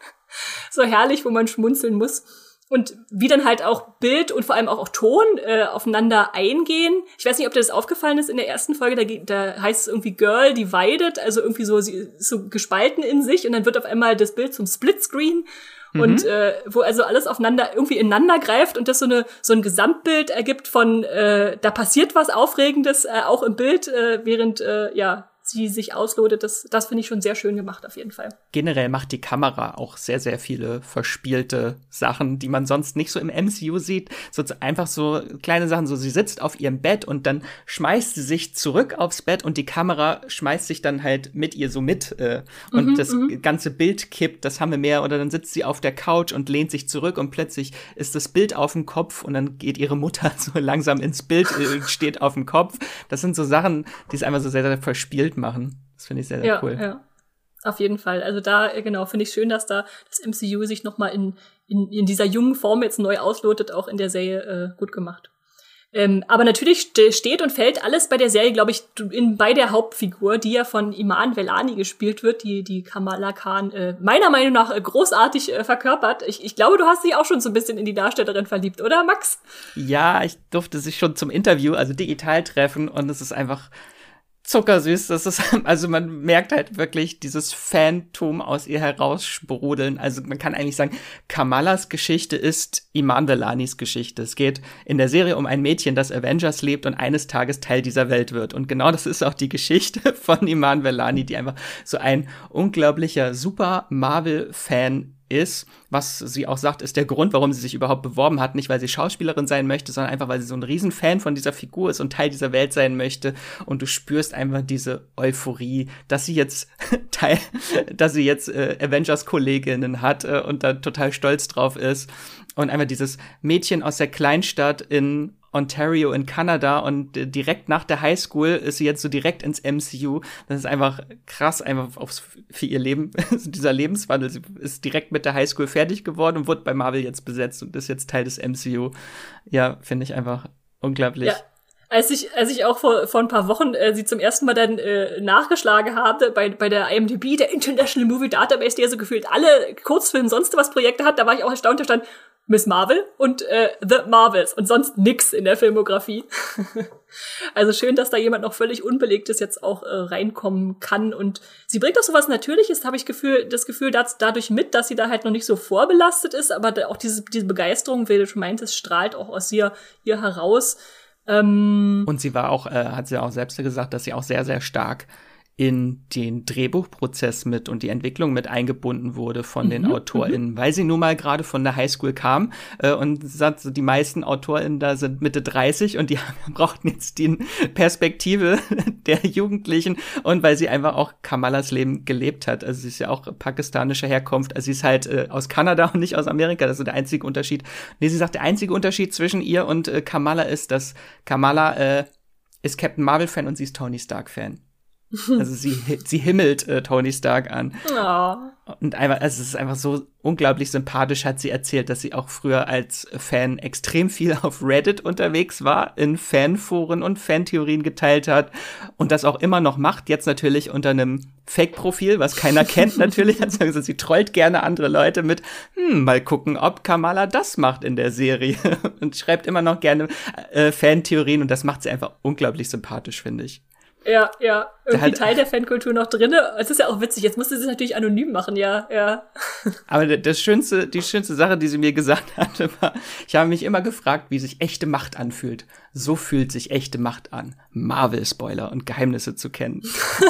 so herrlich, wo man schmunzeln muss. Und wie dann halt auch Bild und vor allem auch Ton aufeinander eingehen. Ich weiß nicht, ob dir das aufgefallen ist in der ersten Folge, da heißt es irgendwie Girl Divided, also irgendwie sie ist so gespalten in sich und dann wird auf einmal das Bild zum Splitscreen. Und wo also alles aufeinander irgendwie ineinander greift und das so ein Gesamtbild ergibt von da passiert was Aufregendes auch im Bild, während sie sich auslotet. Das finde ich schon sehr schön gemacht auf jeden Fall. Generell macht die Kamera auch sehr, sehr viele verspielte Sachen, die man sonst nicht so im MCU sieht. So einfach so kleine Sachen, so sie sitzt auf ihrem Bett und dann schmeißt sie sich zurück aufs Bett und die Kamera schmeißt sich dann halt mit ihr so mit und das ganze Bild kippt, das haben wir mehr. Oder dann sitzt sie auf der Couch und lehnt sich zurück und plötzlich ist das Bild auf dem Kopf und dann geht ihre Mutter so langsam ins Bild, steht auf dem Kopf. Das sind so Sachen, die es einfach so sehr, sehr verspielt machen. Das finde ich sehr, sehr cool. Ja, auf jeden Fall. Also da, genau, finde ich schön, dass da das MCU sich noch mal in dieser jungen Form jetzt neu auslotet, auch in der Serie gut gemacht. Aber natürlich steht und fällt alles bei der Serie, glaube ich, bei der Hauptfigur, die ja von Iman Vellani gespielt wird, die Kamala Khan meiner Meinung nach großartig verkörpert. Ich glaube, du hast dich auch schon so ein bisschen in die Darstellerin verliebt, oder Max? Ja, ich durfte sie schon zum Interview, also digital treffen und es ist einfach zuckersüß. Das ist, also man merkt halt wirklich dieses Phantom aus ihr heraussprudeln. Also man kann eigentlich sagen, Kamalas Geschichte ist Iman Vellanis Geschichte. Es geht in der Serie um ein Mädchen, das Avengers lebt und eines Tages Teil dieser Welt wird. Und genau das ist auch die Geschichte von Iman Vellani, die einfach so ein unglaublicher Super Marvel-Fan ist, was sie auch sagt, ist der Grund, warum sie sich überhaupt beworben hat. Nicht, weil sie Schauspielerin sein möchte, sondern einfach, weil sie so ein Riesenfan von dieser Figur ist und Teil dieser Welt sein möchte. Und du spürst einfach diese Euphorie, dass sie jetzt Avengers-Kolleginnen hat und da total stolz drauf ist. Und einfach dieses Mädchen aus der Kleinstadt in Ontario in Kanada und direkt nach der Highschool ist sie jetzt so direkt ins MCU. Das ist einfach krass, einfach für ihr Leben, dieser Lebenswandel. Sie ist direkt mit der Highschool fertig geworden und wurde bei Marvel jetzt besetzt und ist jetzt Teil des MCU. Ja, finde ich einfach unglaublich. Ja. Als ich auch vor ein paar Wochen sie zum ersten Mal dann nachgeschlagen habe bei der IMDb, der International Movie Database, die ja so gefühlt alle Kurzfilme, sonst was Projekte hat, da war ich auch erstaunt, da stand Miss Marvel und The Marvels und sonst nix in der Filmografie. Also schön, dass da jemand noch völlig Unbelegtes jetzt auch reinkommen kann. Und sie bringt auch sowas Natürliches, habe ich das Gefühl dadurch mit, dass sie da halt noch nicht so vorbelastet ist, aber auch diese Begeisterung, wie du schon meintest, strahlt auch aus ihr heraus. Und sie war auch, hat sie auch selbst gesagt, dass sie auch sehr, sehr stark in den Drehbuchprozess mit und die Entwicklung mit eingebunden wurde von den AutorInnen, weil sie nun mal gerade von der Highschool kam und sagt, so die meisten AutorInnen da sind Mitte 30 und die brauchten jetzt die Perspektive der Jugendlichen und weil sie einfach auch Kamalas Leben gelebt hat. Also sie ist ja auch pakistanischer Herkunft, also sie ist halt aus Kanada und nicht aus Amerika, das ist so der einzige Unterschied. Nee, sie sagt, der einzige Unterschied zwischen ihr und Kamala ist, dass Kamala ist Captain Marvel-Fan und sie ist Tony Stark-Fan. Also sie himmelt Tony Stark an. Oh. Und einfach, also es ist einfach so unglaublich sympathisch, hat sie erzählt, dass sie auch früher als Fan extrem viel auf Reddit unterwegs war, in Fanforen und Fantheorien geteilt hat und das auch immer noch macht, jetzt natürlich unter einem Fake-Profil, was keiner kennt natürlich. Also sie trollt gerne andere Leute mit, mal gucken, ob Kamala das macht in der Serie und schreibt immer noch gerne Fantheorien und das macht sie einfach unglaublich sympathisch, finde ich. Ja, irgendwie Teil der Fankultur noch drinne. Es ist ja auch witzig, jetzt musste sie es natürlich anonym machen, ja. Aber die schönste Sache, die sie mir gesagt hatte, war, ich habe mich immer gefragt, wie sich echte Macht anfühlt. So fühlt sich echte Macht an, Marvel-Spoiler und Geheimnisse zu kennen.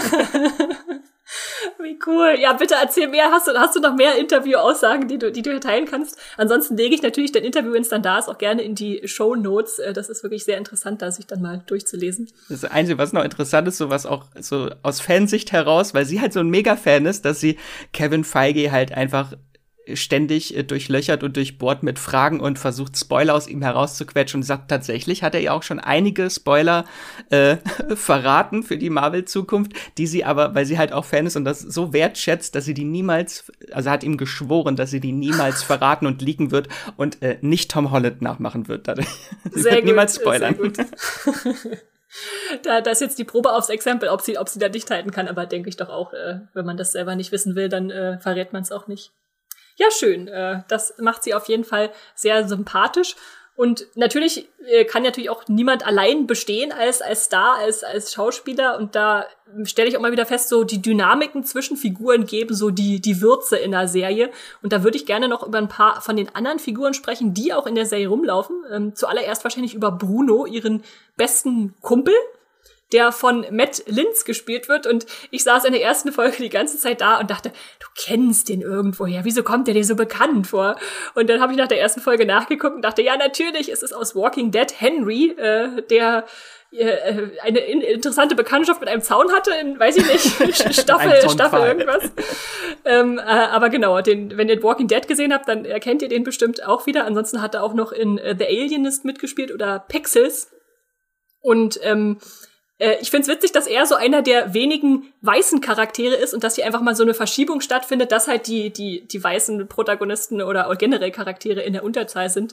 Wie cool. Ja, bitte erzähl mehr. Hast du noch mehr Interview-Aussagen, die du teilen kannst? Ansonsten lege ich natürlich dein Interview, wenn es dann da ist, auch gerne in die Shownotes. Das ist wirklich sehr interessant, da sich dann mal durchzulesen. Das Einzige, was noch interessant ist, so was auch so aus Fansicht heraus, weil sie halt so ein Mega-Fan ist, dass sie Kevin Feige halt einfach ständig durchlöchert und durchbohrt mit Fragen und versucht, Spoiler aus ihm herauszuquetschen und sagt, tatsächlich hat er ja auch schon einige Spoiler verraten für die Marvel-Zukunft, die sie aber, weil sie halt auch Fan ist und das so wertschätzt, dass sie die niemals, also hat ihm geschworen, dass sie die niemals verraten und leaken wird und nicht Tom Holland nachmachen wird. Dadurch. Sie sehr wird gut, niemals spoilern. Sehr gut. Da ist jetzt die Probe aufs Exempel, ob sie da dicht halten kann, aber denke ich doch auch, wenn man das selber nicht wissen will, dann verrät man es auch nicht. Ja, schön. Das macht sie auf jeden Fall sehr sympathisch. Und natürlich kann natürlich auch niemand allein bestehen als Star, als Schauspieler. Und da stelle ich auch mal wieder fest, so die Dynamiken zwischen Figuren geben so die Würze in der Serie. Und da würde ich gerne noch über ein paar von den anderen Figuren sprechen, die auch in der Serie rumlaufen. Zuallererst wahrscheinlich über Bruno, ihren besten Kumpel, der von Matt Linz gespielt wird. Und ich saß in der ersten Folge die ganze Zeit da und dachte, du kennst den irgendwoher, wieso kommt der dir so bekannt vor? Und dann habe ich nach der ersten Folge nachgeguckt und dachte, ja, natürlich, es ist aus Walking Dead Henry, der eine interessante Bekanntschaft mit einem Zaun hatte, in, weiß ich nicht, Staffel irgendwas. Aber genau, wenn ihr Walking Dead gesehen habt, dann erkennt ihr den bestimmt auch wieder. Ansonsten hat er auch noch in The Alienist mitgespielt oder Pixels. Und ich find's witzig, dass er so einer der wenigen weißen Charaktere ist und dass hier einfach mal so eine Verschiebung stattfindet, dass halt die weißen Protagonisten oder generell Charaktere in der Unterzahl sind.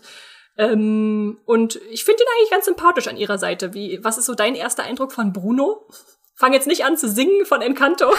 Und ich finde ihn eigentlich ganz sympathisch an ihrer Seite. Was ist so dein erster Eindruck von Bruno? Fang jetzt nicht an zu singen von Encanto.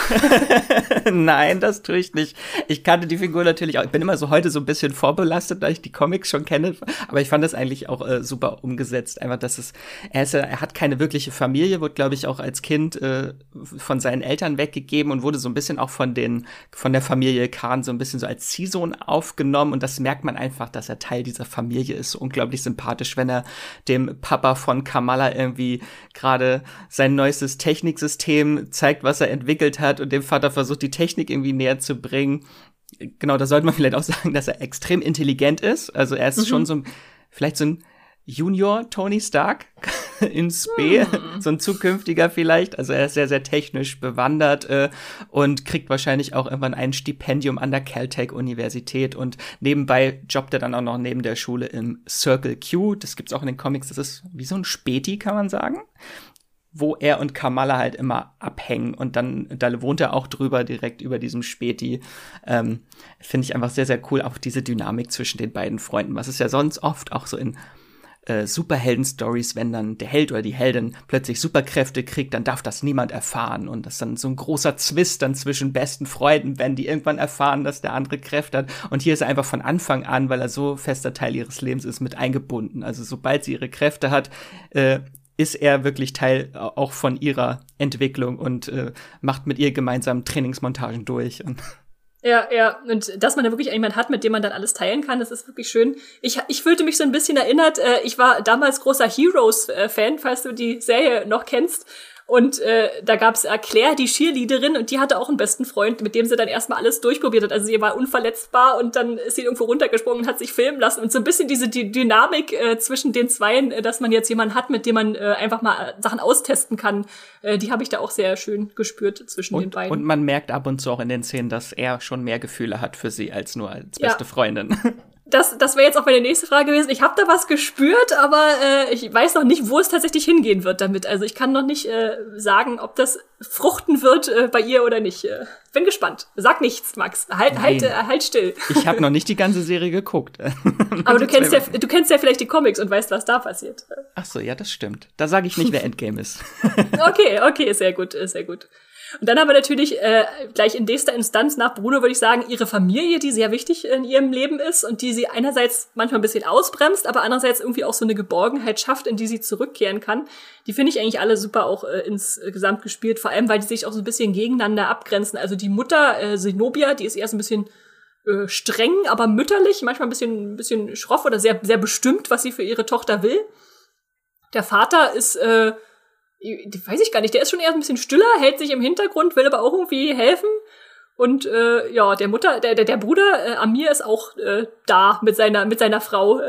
Nein, das tue ich nicht. Ich kannte die Figur natürlich auch. Ich bin immer so heute so ein bisschen vorbelastet, da ich die Comics schon kenne. Aber ich fand das eigentlich auch super umgesetzt. Einfach, dass er hat keine wirkliche Familie, wurde, glaube ich, auch als Kind von seinen Eltern weggegeben und wurde so ein bisschen auch von der Familie Khan so ein bisschen so als Ziehsohn aufgenommen. Und das merkt man einfach, dass er Teil dieser Familie ist. So unglaublich sympathisch, wenn er dem Papa von Kamala irgendwie gerade sein neuestes Techniksystem zeigt, was er entwickelt hat und dem Vater versucht, die Technik irgendwie näher zu bringen. Genau, da sollte man vielleicht auch sagen, dass er extrem intelligent ist. Also er ist schon vielleicht so ein Junior Tony Stark in Spe, so ein zukünftiger vielleicht. Also er ist sehr, sehr technisch bewandert und kriegt wahrscheinlich auch irgendwann ein Stipendium an der Caltech-Universität und nebenbei jobbt er dann auch noch neben der Schule im Circle Q. Das gibt's auch in den Comics. Das ist wie so ein Späti, kann man sagen, wo er und Kamala halt immer abhängen und dann, da wohnt er auch direkt über diesem Späti. Finde ich einfach sehr, sehr cool, auch diese Dynamik zwischen den beiden Freunden, was es ja sonst oft auch so in Superhelden-Stories, wenn dann der Held oder die Heldin plötzlich Superkräfte kriegt, dann darf das niemand erfahren. Und das ist dann so ein großer Zwist dann zwischen besten Freunden, wenn die irgendwann erfahren, dass der andere Kräfte hat. Und hier ist er einfach von Anfang an, weil er so fester Teil ihres Lebens ist, mit eingebunden. Also sobald sie ihre Kräfte hat, ist er wirklich Teil auch von ihrer Entwicklung und macht mit ihr gemeinsam Trainingsmontagen durch. Ja, und dass man da wirklich jemanden hat, mit dem man dann alles teilen kann, das ist wirklich schön. Ich fühlte mich so ein bisschen erinnert, ich war damals großer Heroes-Fan, falls du die Serie noch kennst. Und da gab's Claire, die Cheerleaderin, und die hatte auch einen besten Freund, mit dem sie dann erstmal alles durchprobiert hat. Also sie war unverletzbar und dann ist sie irgendwo runtergesprungen und hat sich filmen lassen. Und so ein bisschen diese Dynamik zwischen den Zweien, dass man jetzt jemanden hat, mit dem man einfach mal Sachen austesten kann, die habe ich da auch sehr schön gespürt zwischen den beiden. Und man merkt ab und zu auch in den Szenen, dass er schon mehr Gefühle hat für sie als nur als beste Freundin. Das wäre jetzt auch meine nächste Frage gewesen. Ich habe da was gespürt, aber ich weiß noch nicht, wo es tatsächlich hingehen wird damit. Also ich kann noch nicht sagen, ob das fruchten wird bei ihr oder nicht. Bin gespannt. Sag nichts, Max. Halt still. Ich habe noch nicht die ganze Serie geguckt. Aber du kennst ja vielleicht die Comics und weißt, was da passiert. Ach so, ja, das stimmt. Da sage ich nicht, wer Endgame ist. Okay, sehr gut. Und dann haben wir natürlich gleich in nächster Instanz nach Bruno, würde ich sagen, ihre Familie, die sehr wichtig in ihrem Leben ist und die sie einerseits manchmal ein bisschen ausbremst, aber andererseits irgendwie auch so eine Geborgenheit schafft, in die sie zurückkehren kann. Die finde ich eigentlich alle super auch insgesamt gespielt, vor allem, weil die sich auch so ein bisschen gegeneinander abgrenzen. Also die Mutter, Zenobia, die ist eher so ein bisschen streng, aber mütterlich, manchmal ein bisschen schroff oder sehr, sehr bestimmt, was sie für ihre Tochter will. Der Vater ist weiß ich gar nicht, der ist schon eher ein bisschen stiller, hält sich im Hintergrund, will aber auch irgendwie helfen. Und der Bruder Amir ist auch da mit seiner Frau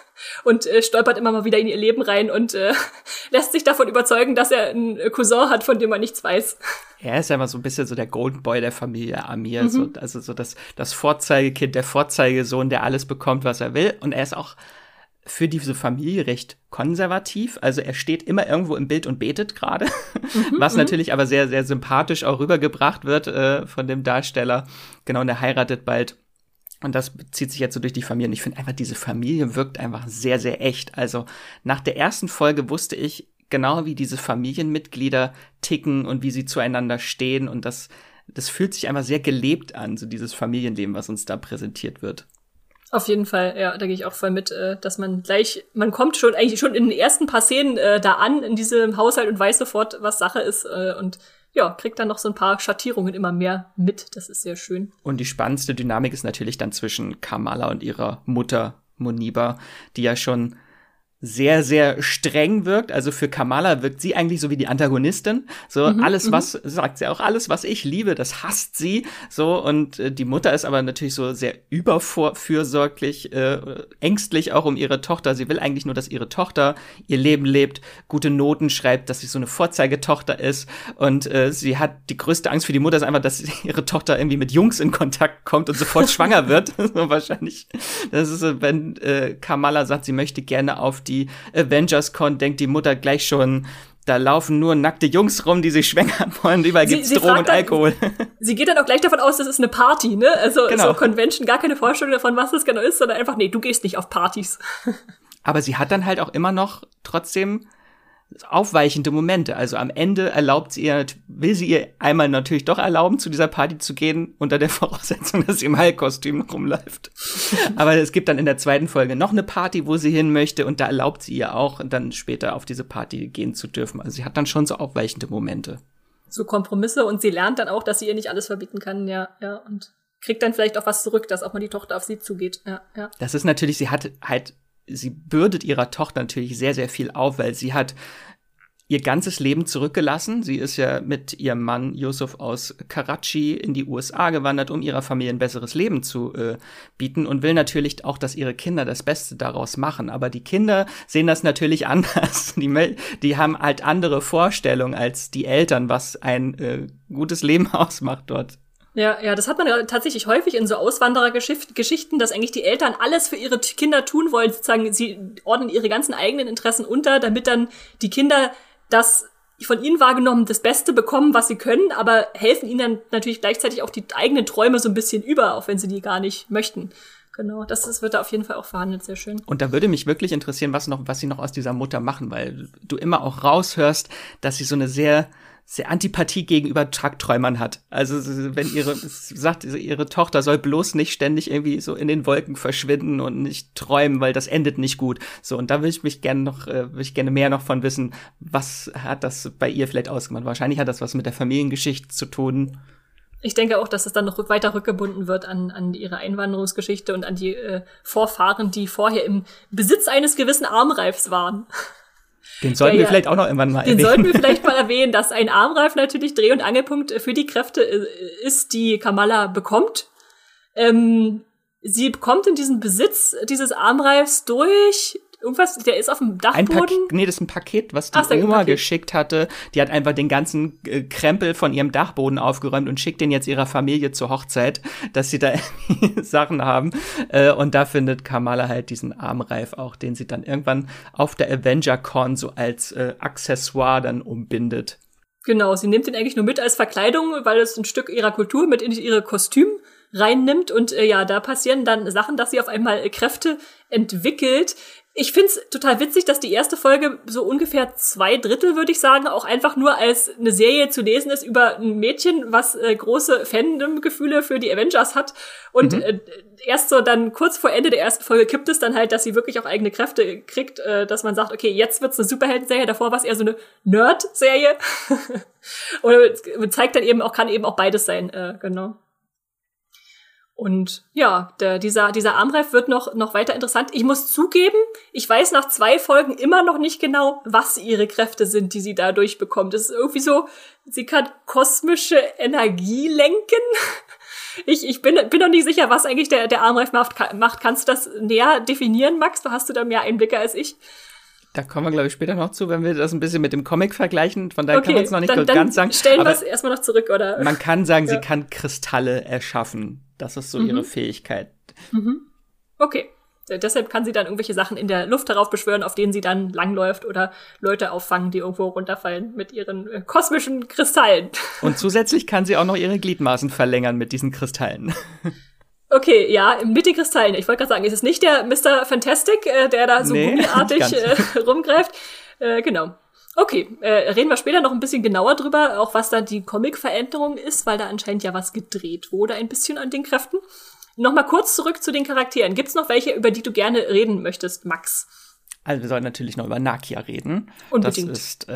und stolpert immer mal wieder in ihr Leben rein und lässt sich davon überzeugen, dass er einen Cousin hat, von dem man nichts weiß. Er ist ja immer so ein bisschen so der Golden Boy der Familie Amir, so das Vorzeigekind, der Vorzeigesohn, der alles bekommt, was er will. Und er ist auch für diese Familie recht konservativ. Also er steht immer irgendwo im Bild und betet gerade, was natürlich aber sehr, sehr sympathisch auch rübergebracht wird von dem Darsteller. Genau, und er heiratet bald. Und das zieht sich jetzt so durch die Familie. Und ich finde einfach, diese Familie wirkt einfach sehr, sehr echt. Also nach der ersten Folge wusste ich genau, wie diese Familienmitglieder ticken und wie sie zueinander stehen. Und das fühlt sich einfach sehr gelebt an, so dieses Familienleben, was uns da präsentiert wird. Auf jeden Fall, ja, da gehe ich auch voll mit, dass man kommt eigentlich schon in den ersten paar Szenen da an in diesem Haushalt und weiß sofort, was Sache ist und ja, kriegt dann noch so ein paar Schattierungen immer mehr mit. Das ist sehr schön. Und die spannendste Dynamik ist natürlich dann zwischen Kamala und ihrer Mutter Muniba, die ja schon sehr, sehr streng wirkt. Also für Kamala wirkt sie eigentlich so wie die Antagonistin. So alles, was, sagt sie auch, alles, was ich liebe, das hasst sie. So, und die Mutter ist aber natürlich so sehr überfürsorglich, ängstlich auch um ihre Tochter. Sie will eigentlich nur, dass ihre Tochter ihr Leben lebt, gute Noten schreibt, dass sie so eine Vorzeigetochter ist. Und sie hat die größte Angst für die Mutter ist einfach, dass ihre Tochter irgendwie mit Jungs in Kontakt kommt und sofort schwanger wird. So wahrscheinlich. Das ist so, wenn Kamala sagt, sie möchte gerne auf die Avengers-Con, denkt die Mutter gleich schon, da laufen nur nackte Jungs rum, die sich schwängern wollen, überall gibt's Drogen und Alkohol. Sie geht dann auch gleich davon aus, das ist eine Party, ne? Also genau. So Convention, gar keine Vorstellung davon, was das genau ist, sondern einfach, nee, du gehst nicht auf Partys. Aber sie hat dann halt auch immer noch trotzdem aufweichende Momente. Also am Ende will sie ihr einmal natürlich doch erlauben, zu dieser Party zu gehen, unter der Voraussetzung, dass sie im Hulk-Kostüm rumläuft. Aber es gibt dann in der zweiten Folge noch eine Party, wo sie hin möchte, und da erlaubt sie ihr auch, dann später auf diese Party gehen zu dürfen. Also sie hat dann schon so aufweichende Momente. So Kompromisse, und sie lernt dann auch, dass sie ihr nicht alles verbieten kann, ja, und kriegt dann vielleicht auch was zurück, dass auch mal die Tochter auf sie zugeht, ja. Das ist natürlich, sie bürdet ihrer Tochter natürlich sehr, sehr viel auf, weil sie hat ihr ganzes Leben zurückgelassen. Sie ist ja mit ihrem Mann Yusuf aus Karachi in die USA gewandert, um ihrer Familie ein besseres Leben zu bieten, und will natürlich auch, dass ihre Kinder das Beste daraus machen. Aber die Kinder sehen das natürlich anders. Die haben halt andere Vorstellungen als die Eltern, was ein gutes Leben ausmacht dort. Ja, das hat man ja tatsächlich häufig in so Auswanderergeschichten, dass eigentlich die Eltern alles für ihre Kinder tun wollen. Sozusagen, sie ordnen ihre ganzen eigenen Interessen unter, damit dann die Kinder das von ihnen wahrgenommen das Beste bekommen, was sie können, aber helfen ihnen dann natürlich gleichzeitig auch die eigenen Träume so ein bisschen über, auch wenn sie die gar nicht möchten. Genau, das wird da auf jeden Fall auch verhandelt, sehr schön. Und da würde mich wirklich interessieren, was sie noch aus dieser Mutter machen, weil du immer auch raushörst, dass sie so eine sehr Antipathie gegenüber Tagträumern hat. Also wenn ihre Tochter soll bloß nicht ständig irgendwie so in den Wolken verschwinden und nicht träumen, weil das endet nicht gut. So, und da will ich gerne mehr noch von wissen, was hat das bei ihr vielleicht ausgemacht? Wahrscheinlich hat das was mit der Familiengeschichte zu tun. Ich denke auch, dass es dann noch weiter rückgebunden wird an ihre Einwanderungsgeschichte und an die Vorfahren, die vorher im Besitz eines gewissen Armreifs waren. Den sollten wir vielleicht auch noch irgendwann mal erwähnen. Den sollten wir vielleicht mal erwähnen, dass ein Armreif natürlich Dreh- und Angelpunkt für die Kräfte ist, die Kamala bekommt. Sie bekommt in diesen Besitz dieses Armreifs durch irgendwas, der ist auf dem Dachboden. Das ist ein Paket, was die Oma geschickt hatte. Die hat einfach den ganzen Krempel von ihrem Dachboden aufgeräumt und schickt den jetzt ihrer Familie zur Hochzeit, dass sie da Sachen haben. Und da findet Kamala halt diesen Armreif auch, den sie dann irgendwann auf der Avenger-Con so als Accessoire dann umbindet. Genau, sie nimmt den eigentlich nur mit als Verkleidung, weil es ein Stück ihrer Kultur mit in ihre Kostüm reinnimmt. Und da passieren dann Sachen, dass sie auf einmal Kräfte entwickelt. Ich find's total witzig, dass die erste Folge so ungefähr 2/3, würde ich sagen, auch einfach nur als eine Serie zu lesen ist über ein Mädchen, was große Fandom-Gefühle für die Avengers hat. Und erst so dann kurz vor Ende der ersten Folge kippt es dann halt, dass sie wirklich auch eigene Kräfte kriegt, dass man sagt, okay, jetzt wird's eine Superhelden-Serie. Davor war es eher so eine Nerd-Serie. Und zeigt dann eben auch, kann eben auch beides sein, genau. Und ja, dieser Armreif wird noch weiter interessant. Ich muss zugeben, ich weiß nach 2 Folgen immer noch nicht genau, was ihre Kräfte sind, die sie dadurch bekommt. Es ist irgendwie so, sie kann kosmische Energie lenken. Ich bin noch nicht sicher, was eigentlich der Armreif macht. Kannst du das näher definieren, Max? Hast du da mehr Einblicke als ich? Da kommen wir, glaube ich, später noch zu, wenn wir das ein bisschen mit dem Comic vergleichen. Von daher kann man es noch nicht ganz sagen. Stellen wir es erstmal noch zurück, oder? Man kann sagen, sie kann Kristalle erschaffen. Das ist so ihre Fähigkeit. Okay. Deshalb kann sie dann irgendwelche Sachen in der Luft heraufbeschwören, auf denen sie dann langläuft oder Leute auffangen, die irgendwo runterfallen mit ihren kosmischen Kristallen. Und zusätzlich kann sie auch noch ihre Gliedmaßen verlängern mit diesen Kristallen. Okay, ja, mit den Kristallen. Ich wollte gerade sagen, ist es nicht der Mr. Fantastic, der da so gummiartig rumgreift? Genau. Okay, reden wir später noch ein bisschen genauer drüber, auch was da die Comic-Veränderung ist, weil da anscheinend ja was gedreht wurde, ein bisschen an den Kräften. Nochmal kurz zurück zu den Charakteren. Gibt's noch welche, über die du gerne reden möchtest, Max? Also wir sollen natürlich noch über Nakia reden. Unbedingt. Das ist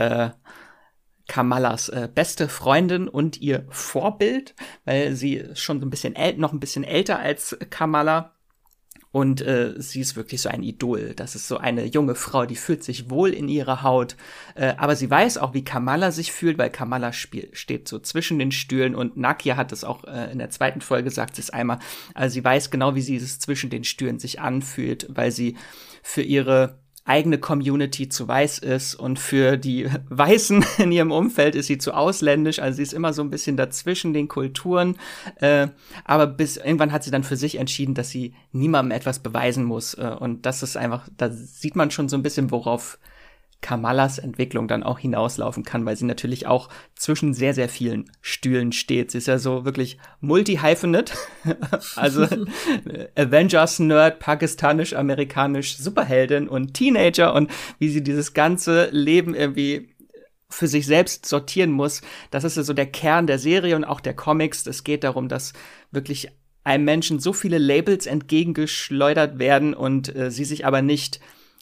Kamalas beste Freundin und ihr Vorbild, weil sie ist schon so ein bisschen noch ein bisschen älter als Kamala. Und sie ist wirklich so ein Idol. Das ist so eine junge Frau, die fühlt sich wohl in ihrer Haut. Aber sie weiß auch, wie Kamala sich fühlt, weil Kamala steht so zwischen den Stühlen. Und Nakia hat es auch in der 2. Folge, sagt sie es einmal. Also sie weiß genau, wie sie es zwischen den Stühlen sich anfühlt, weil sie für ihre eigene Community zu weiß ist und für die Weißen in ihrem Umfeld ist sie zu ausländisch, also sie ist immer so ein bisschen dazwischen den Kulturen, aber bis irgendwann hat sie dann für sich entschieden, dass sie niemandem etwas beweisen muss und das ist einfach, da sieht man schon so ein bisschen, worauf Kamalas Entwicklung dann auch hinauslaufen kann, weil sie natürlich auch zwischen sehr, sehr vielen Stühlen steht. Sie ist ja so wirklich multi-hyphenate, also Avengers-Nerd, pakistanisch-amerikanisch Superheldin und Teenager und wie sie dieses ganze Leben irgendwie für sich selbst sortieren muss. Das ist ja so der Kern der Serie und auch der Comics. Es geht darum, dass wirklich einem Menschen so viele Labels entgegengeschleudert werden und sie sich aber nicht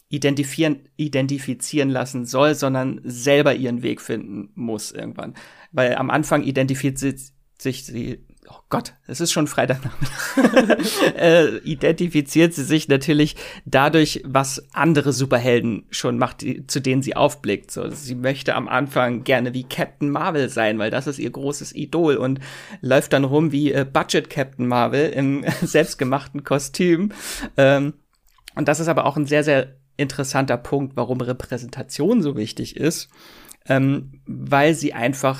identifizieren lassen soll, sondern selber ihren Weg finden muss irgendwann. Weil am Anfang identifiziert sich sie, oh Gott, es ist schon Freitagnachmittag, identifiziert sie sich natürlich dadurch, was andere Superhelden schon macht, zu denen sie aufblickt. So, sie möchte am Anfang gerne wie Captain Marvel sein, weil das ist ihr großes Idol und läuft dann rum wie Budget Captain Marvel im selbstgemachten Kostüm. Und das ist aber auch ein sehr, sehr interessanter Punkt, warum Repräsentation so wichtig ist, weil sie einfach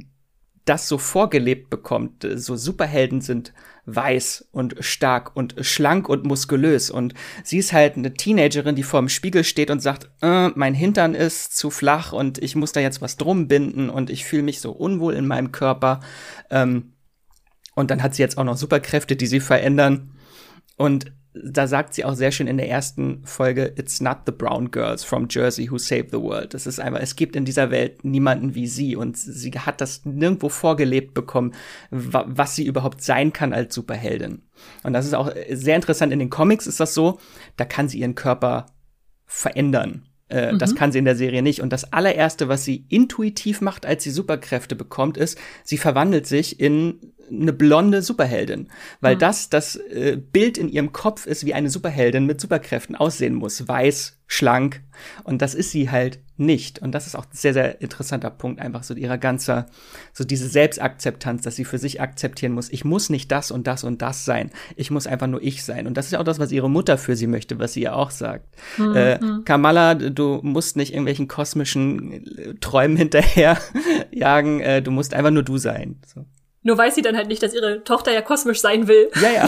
das so vorgelebt bekommt. So Superhelden sind weiß und stark und schlank und muskulös und sie ist halt eine Teenagerin, die vor dem Spiegel steht und sagt, mein Hintern ist zu flach und ich muss da jetzt was drum binden und ich fühle mich so unwohl in meinem Körper. Und dann hat sie jetzt auch noch Superkräfte, die sie verändern. Und da sagt sie auch sehr schön in der ersten Folge, "It's not the brown girls from Jersey who save the world." Das ist einfach, es gibt in dieser Welt niemanden wie sie und sie hat das nirgendwo vorgelebt bekommen, was sie überhaupt sein kann als Superheldin. Und das ist auch sehr interessant. In den Comics ist das so, da kann sie ihren Körper verändern. Das kann sie in der Serie nicht. Und das allererste, was sie intuitiv macht, als sie Superkräfte bekommt, ist, sie verwandelt sich in eine blonde Superheldin. Weil das Bild in ihrem Kopf ist, wie eine Superheldin mit Superkräften aussehen muss. Weiß, schlank. Und das ist sie halt nicht. Und das ist auch ein sehr, sehr interessanter Punkt. Einfach so ihrer ganzer, so diese Selbstakzeptanz, dass sie für sich akzeptieren muss. Ich muss nicht das und das und das sein. Ich muss einfach nur ich sein. Und das ist ja auch das, was ihre Mutter für sie möchte, was sie ihr auch sagt. Kamala, du musst nicht irgendwelchen kosmischen Träumen hinterher jagen. Du musst einfach nur du sein. So. Nur weiß sie dann halt nicht, dass ihre Tochter ja kosmisch sein will. Ja.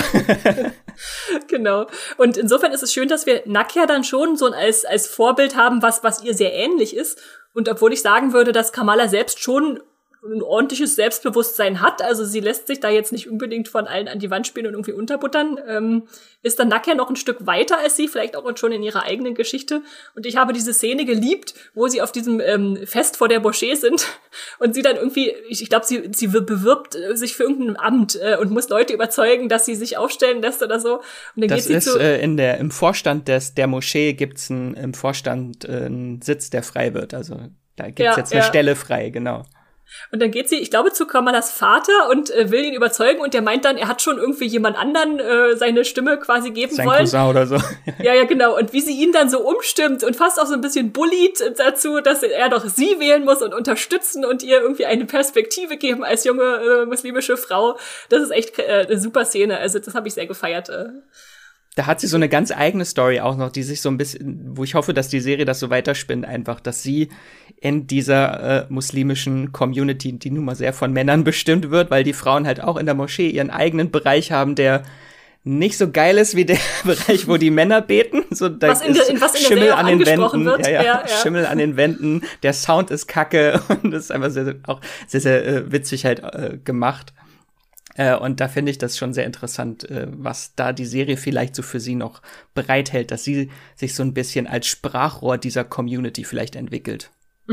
Genau. Und insofern ist es schön, dass wir Nakia dann schon so als Vorbild haben, was ihr sehr ähnlich ist. Und obwohl ich sagen würde, dass Kamala selbst schon ein ordentliches Selbstbewusstsein hat, also sie lässt sich da jetzt nicht unbedingt von allen an die Wand spielen und irgendwie unterbuttern, ist dann Nakia noch ein Stück weiter als sie, vielleicht auch schon in ihrer eigenen Geschichte. Und ich habe diese Szene geliebt, wo sie auf diesem Fest vor der Moschee sind und sie dann irgendwie, ich glaube, sie bewirbt sich für irgendein Amt und muss Leute überzeugen, dass sie sich aufstellen lässt oder so. Und dann das geht sie ist im Vorstand der Moschee gibt's im Vorstand einen Sitz, der frei wird. Also da gibt's jetzt eine Stelle frei, genau. Und dann geht sie, ich glaube, zu Kamalas Vater und will ihn überzeugen und der meint dann, er hat schon irgendwie jemand anderen seine Stimme quasi geben wollen. Sein Cousin oder so. Ja, genau. Und wie sie ihn dann so umstimmt und fast auch so ein bisschen bullied dazu, dass er doch sie wählen muss und unterstützen und ihr irgendwie eine Perspektive geben als junge muslimische Frau. Das ist echt eine super Szene. Also das habe ich sehr gefeiert. Da hat sie so eine ganz eigene Story auch noch, die sich so ein bisschen, wo ich hoffe, dass die Serie das so weiterspinnt einfach, dass sie in dieser muslimischen Community, die nun mal sehr von Männern bestimmt wird, weil die Frauen halt auch in der Moschee ihren eigenen Bereich haben, der nicht so geil ist wie der Bereich, wo die Männer beten. So, da was in der Schimmel Serie an den Wänden. Wird. Ja. Schimmel an den Wänden. Der Sound ist kacke und das ist einfach sehr witzig halt gemacht. Und da finde ich das schon sehr interessant, was da die Serie vielleicht so für sie noch bereithält, dass sie sich so ein bisschen als Sprachrohr dieser Community vielleicht entwickelt.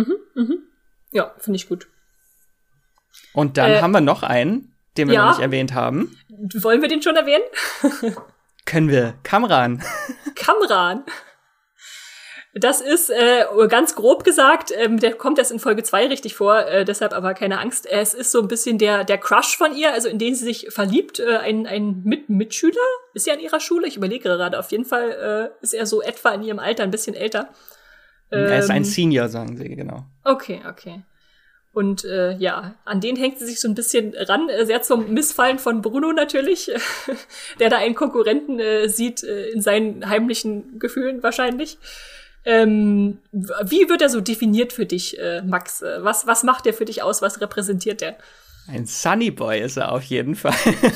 Ja, finde ich gut. Und dann haben wir noch einen, den wir noch nicht erwähnt haben. Wollen wir den schon erwähnen? Können wir. Kamran. Das ist, ganz grob gesagt, der kommt erst in Folge 2 richtig vor, deshalb aber keine Angst. Es ist so ein bisschen der Crush von ihr, also in den sie sich verliebt. Ein Mitschüler ist ja an ihrer Schule. Ich überlege gerade, auf jeden Fall ist er so etwa in ihrem Alter, ein bisschen älter. Er ist ein Senior, sagen sie, genau. Okay. Und an den hängt sie sich so ein bisschen ran, sehr zum Missfallen von Bruno natürlich, der da einen Konkurrenten sieht in seinen heimlichen Gefühlen wahrscheinlich. Wie wird er so definiert für dich, Max? Was macht er für dich aus? Was repräsentiert er? Ein Sunny Boy ist er auf jeden Fall.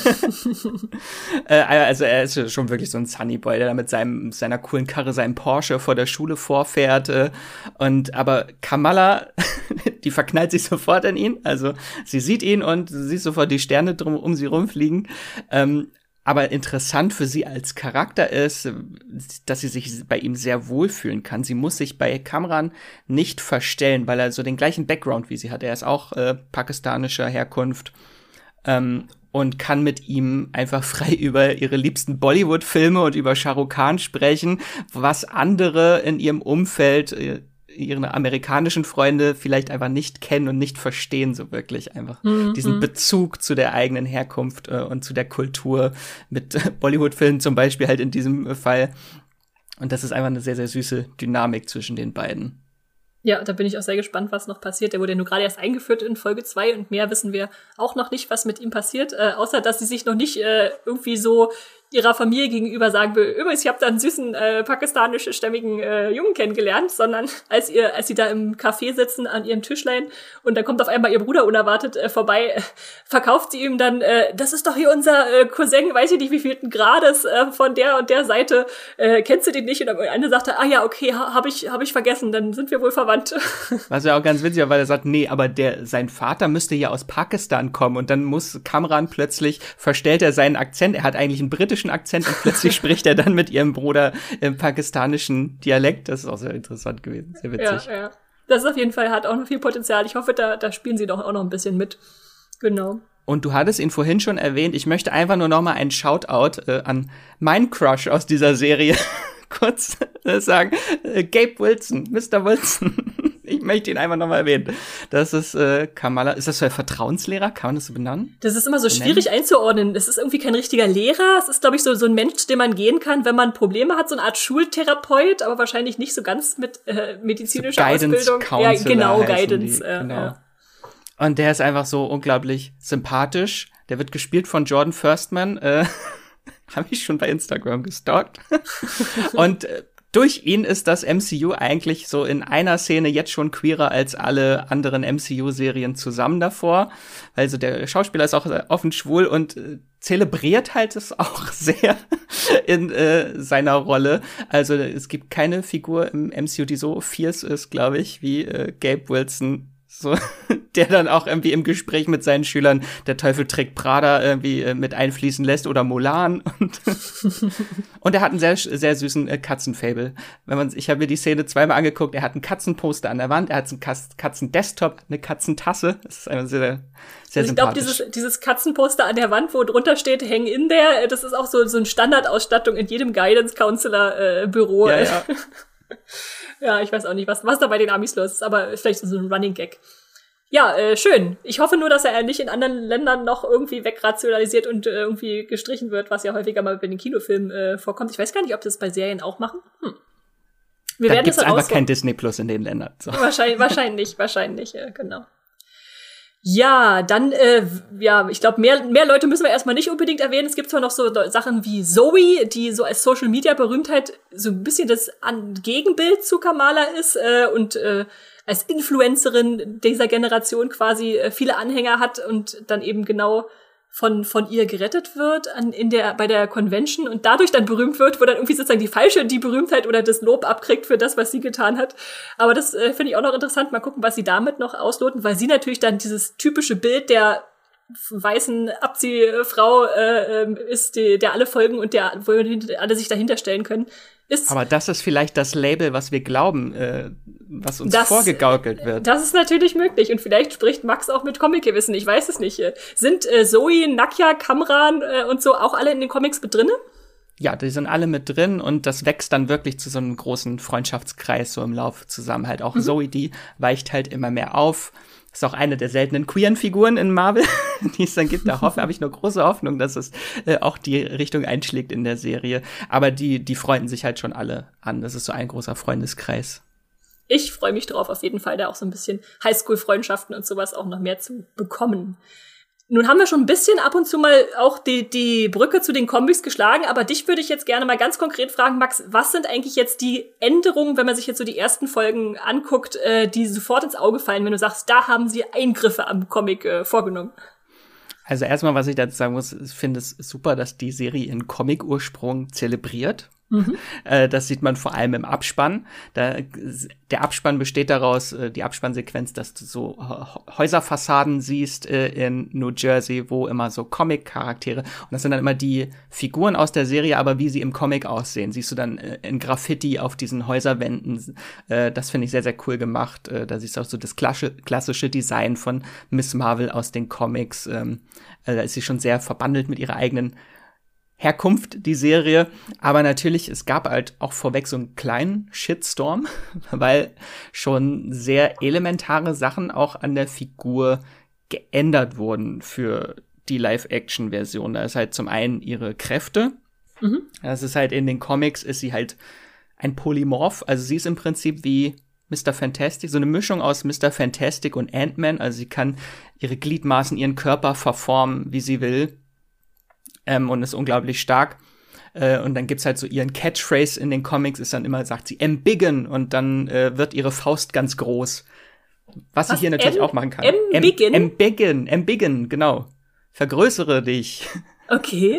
Also er ist schon wirklich so ein Sunny Boy, der da mit seiner coolen Karre, seinem Porsche vor der Schule vorfährt. Aber Kamala, die verknallt sich sofort an ihn. Also sie sieht ihn und sieht sofort die Sterne drum um sie rumfliegen. Aber interessant für sie als Charakter ist, dass sie sich bei ihm sehr wohlfühlen kann. Sie muss sich bei Kamran nicht verstellen, weil er so den gleichen Background wie sie hat. Er ist auch pakistanischer Herkunft und kann mit ihm einfach frei über ihre liebsten Bollywood-Filme und über Shah Rukh Khan sprechen, was andere in ihrem Umfeld ihre amerikanischen Freunde vielleicht einfach nicht kennen und nicht verstehen so wirklich einfach. Diesen Bezug zu der eigenen Herkunft und zu der Kultur mit Bollywood-Filmen zum Beispiel halt in diesem Fall. Und das ist einfach eine sehr, sehr süße Dynamik zwischen den beiden. Ja, da bin ich auch sehr gespannt, was noch passiert. Der wurde ja nur gerade erst eingeführt in Folge 2 und mehr wissen wir auch noch nicht, was mit ihm passiert, außer dass sie sich noch nicht irgendwie so ihrer Familie gegenüber sagen will, übrigens, ich habe da einen süßen pakistanisch-stämmigen Jungen kennengelernt, sondern als sie da im Café sitzen an ihrem Tischlein und dann kommt auf einmal ihr Bruder unerwartet vorbei, verkauft sie ihm dann, das ist doch hier unser Cousin, weiß ich nicht wie vielten Grades von der und der Seite, kennst du den nicht? Und am Ende sagt er, ja, okay, hab ich vergessen, dann sind wir wohl verwandt. Was ja auch ganz witzig war, weil er sagt, nee, aber sein Vater müsste ja aus Pakistan kommen und dann muss Kamran plötzlich, verstellt er seinen Akzent, er hat eigentlich einen britischen indischen Akzent und plötzlich spricht er dann mit ihrem Bruder im pakistanischen Dialekt. Das ist auch sehr interessant gewesen, sehr witzig. Ja. Das ist auf jeden Fall, hat auch noch viel Potenzial. Ich hoffe, da spielen sie doch auch noch ein bisschen mit. Genau. Und du hattest ihn vorhin schon erwähnt. Ich möchte einfach nur noch mal einen Shoutout an meinen Crush aus dieser Serie kurz sagen. Gabe Wilson, Mr. Wilson. Ich möchte ihn einfach noch mal erwähnen. Das ist Kamala. Ist das so ein Vertrauenslehrer? Kann man das so benennen? Das ist immer so schwierig einzuordnen. Es ist irgendwie kein richtiger Lehrer. Es ist, glaube ich, so ein Mensch, den man gehen kann, wenn man Probleme hat. So eine Art Schultherapeut, aber wahrscheinlich nicht so ganz mit medizinischer so Ausbildung. Ja, genau, Guidance. Genau. Ja. Und der ist einfach so unglaublich sympathisch. Der wird gespielt von Jordan Firstman. Habe ich schon bei Instagram gestalkt. Und durch ihn ist das MCU eigentlich so in einer Szene jetzt schon queerer als alle anderen MCU-Serien zusammen davor. Also der Schauspieler ist auch offen schwul und zelebriert halt es auch sehr in seiner Rolle. Also es gibt keine Figur im MCU, die so fierce ist, glaube ich, wie Gabe Wilson. So, der dann auch irgendwie im Gespräch mit seinen Schülern der Teufel trägt Prada irgendwie mit einfließen lässt oder Mulan und er hat einen sehr, sehr süßen Katzenfable. Ich habe mir die Szene zweimal angeguckt, er hat ein Katzenposter an der Wand, er hat einen Katzendesktop, eine Katzentasse. Das ist einfach sehr, sehr also sympathisch. Ich glaube, dieses Katzenposter an der Wand, wo drunter steht, hang in there, das ist auch so eine Standardausstattung in jedem Guidance Counselor Büro. Ja. Ja, ich weiß auch nicht, was da bei den Amis los ist, aber vielleicht so ein Running Gag. Ja, schön. Ich hoffe nur, dass er nicht in anderen Ländern noch irgendwie wegrationalisiert und irgendwie gestrichen wird, was ja häufiger mal bei den Kinofilmen vorkommt. Ich weiß gar nicht, ob das bei Serien auch machen. Wir da werden gibt's das einfach kein Disney Plus in den Ländern. So. Wahrscheinlich, genau. Ja, dann, ich glaube, mehr Leute müssen wir erstmal nicht unbedingt erwähnen. Es gibt zwar noch so Sachen wie Zoe, die so als Social-Media-Berühmtheit so ein bisschen das Gegenbild zu Kamala ist und als Influencerin dieser Generation quasi viele Anhänger hat und dann eben genau von ihr gerettet wird bei der Convention und dadurch dann berühmt wird, wo dann irgendwie sozusagen die Berühmtheit oder das Lob abkriegt für das, was sie getan hat. Aber das finde ich auch noch interessant. Mal gucken, was sie damit noch ausloten, weil sie natürlich dann dieses typische Bild der weißen Abziehfrau ist, der alle folgen und wo alle sich dahinter stellen können. Aber das ist vielleicht das Label, was wir glauben, was uns vorgegaukelt wird. Das ist natürlich möglich. Und vielleicht spricht Max auch mit Comic-Gewissen. Ich weiß es nicht. Sind Zoe, Nakia, Kamran und so auch alle in den Comics mit drinne? Ja, die sind alle mit drin und das wächst dann wirklich zu so einem großen Freundschaftskreis so im Lauf zusammen. Halt auch Zoe, die weicht halt immer mehr auf. Ist auch eine der seltenen queeren Figuren in Marvel, die es dann gibt. Da habe ich nur große Hoffnung, dass es auch die Richtung einschlägt in der Serie. Aber die freunden sich halt schon alle an. Das ist so ein großer Freundeskreis. Ich freue mich drauf, auf jeden Fall, da auch so ein bisschen Highschool-Freundschaften und sowas auch noch mehr zu bekommen. Nun haben wir schon ein bisschen ab und zu mal auch die Brücke zu den Comics geschlagen, aber dich würde ich jetzt gerne mal ganz konkret fragen, Max, was sind eigentlich jetzt die Änderungen, wenn man sich jetzt so die ersten Folgen anguckt, die sofort ins Auge fallen, wenn du sagst, da haben sie Eingriffe am Comic vorgenommen? Also erstmal, was ich dazu sagen muss, ich finde es super, dass die Serie ihren Comic-Ursprung zelebriert. Das sieht man vor allem im Abspann. Der Abspann besteht daraus, die Abspannsequenz, dass du so Häuserfassaden siehst in New Jersey, wo immer so Comic-Charaktere, und das sind dann immer die Figuren aus der Serie, aber wie sie im Comic aussehen, siehst du dann in Graffiti auf diesen Häuserwänden. Das finde ich sehr, sehr cool gemacht. Da siehst du auch so das klassische Design von Miss Marvel aus den Comics. Da ist sie schon sehr verbandelt mit ihrer eigenen Herkunft, die Serie. Aber natürlich, es gab halt auch vorweg so einen kleinen Shitstorm, weil schon sehr elementare Sachen auch an der Figur geändert wurden für die Live-Action-Version. Da ist halt zum einen ihre Kräfte. Das ist halt in den Comics ist sie halt ein Polymorph. Also sie ist im Prinzip wie Mr. Fantastic, so eine Mischung aus Mr. Fantastic und Ant-Man. Also sie kann ihre Gliedmaßen, ihren Körper verformen, wie sie will. Und ist unglaublich stark. Und dann gibt's halt so ihren Catchphrase in den Comics, ist dann immer, sagt sie, embiggen, und dann wird ihre Faust ganz groß. Was sie hier natürlich auch machen kann. Embiggen? Embiggen, genau. Vergrößere dich. Okay.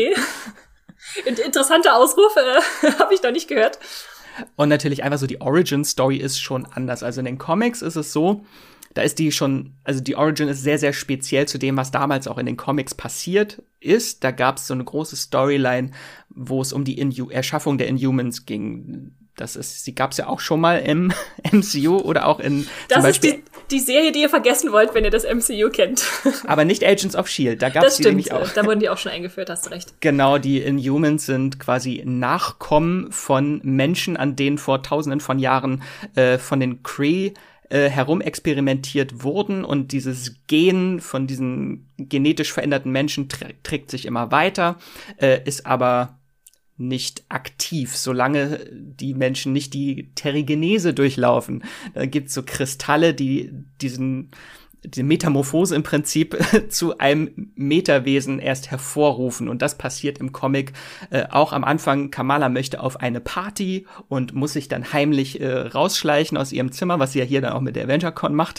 Interessanter Ausruf, habe ich noch nicht gehört. Und natürlich einfach so die Origin-Story ist schon anders. Also in den Comics ist es so, da ist die schon, also die Origin ist sehr, sehr speziell zu dem, was damals auch in den Comics passiert ist. Da gab es so eine große Storyline, wo es um die Erschaffung der Inhumans ging. Die gab's ja auch schon mal im MCU oder auch in zum Beispiel. Das ist die Serie, die ihr vergessen wollt, wenn ihr das MCU kennt. Aber nicht Agents of S.H.I.E.L.D., da gab's die nämlich auch. Da wurden die auch schon eingeführt, hast du recht. Genau, die Inhumans sind quasi Nachkommen von Menschen, an denen vor tausenden von Jahren von den Kree herum experimentiert wurden, und dieses Gen von diesen genetisch veränderten Menschen trägt sich immer weiter, ist aber nicht aktiv, solange die Menschen nicht die Terrigenese durchlaufen. Da gibt's so Kristalle, die diese Metamorphose im Prinzip zu einem Metawesen erst hervorrufen. Und das passiert im Comic auch am Anfang. Kamala möchte auf eine Party und muss sich dann heimlich rausschleichen aus ihrem Zimmer, was sie ja hier dann auch mit der AvengerCon macht.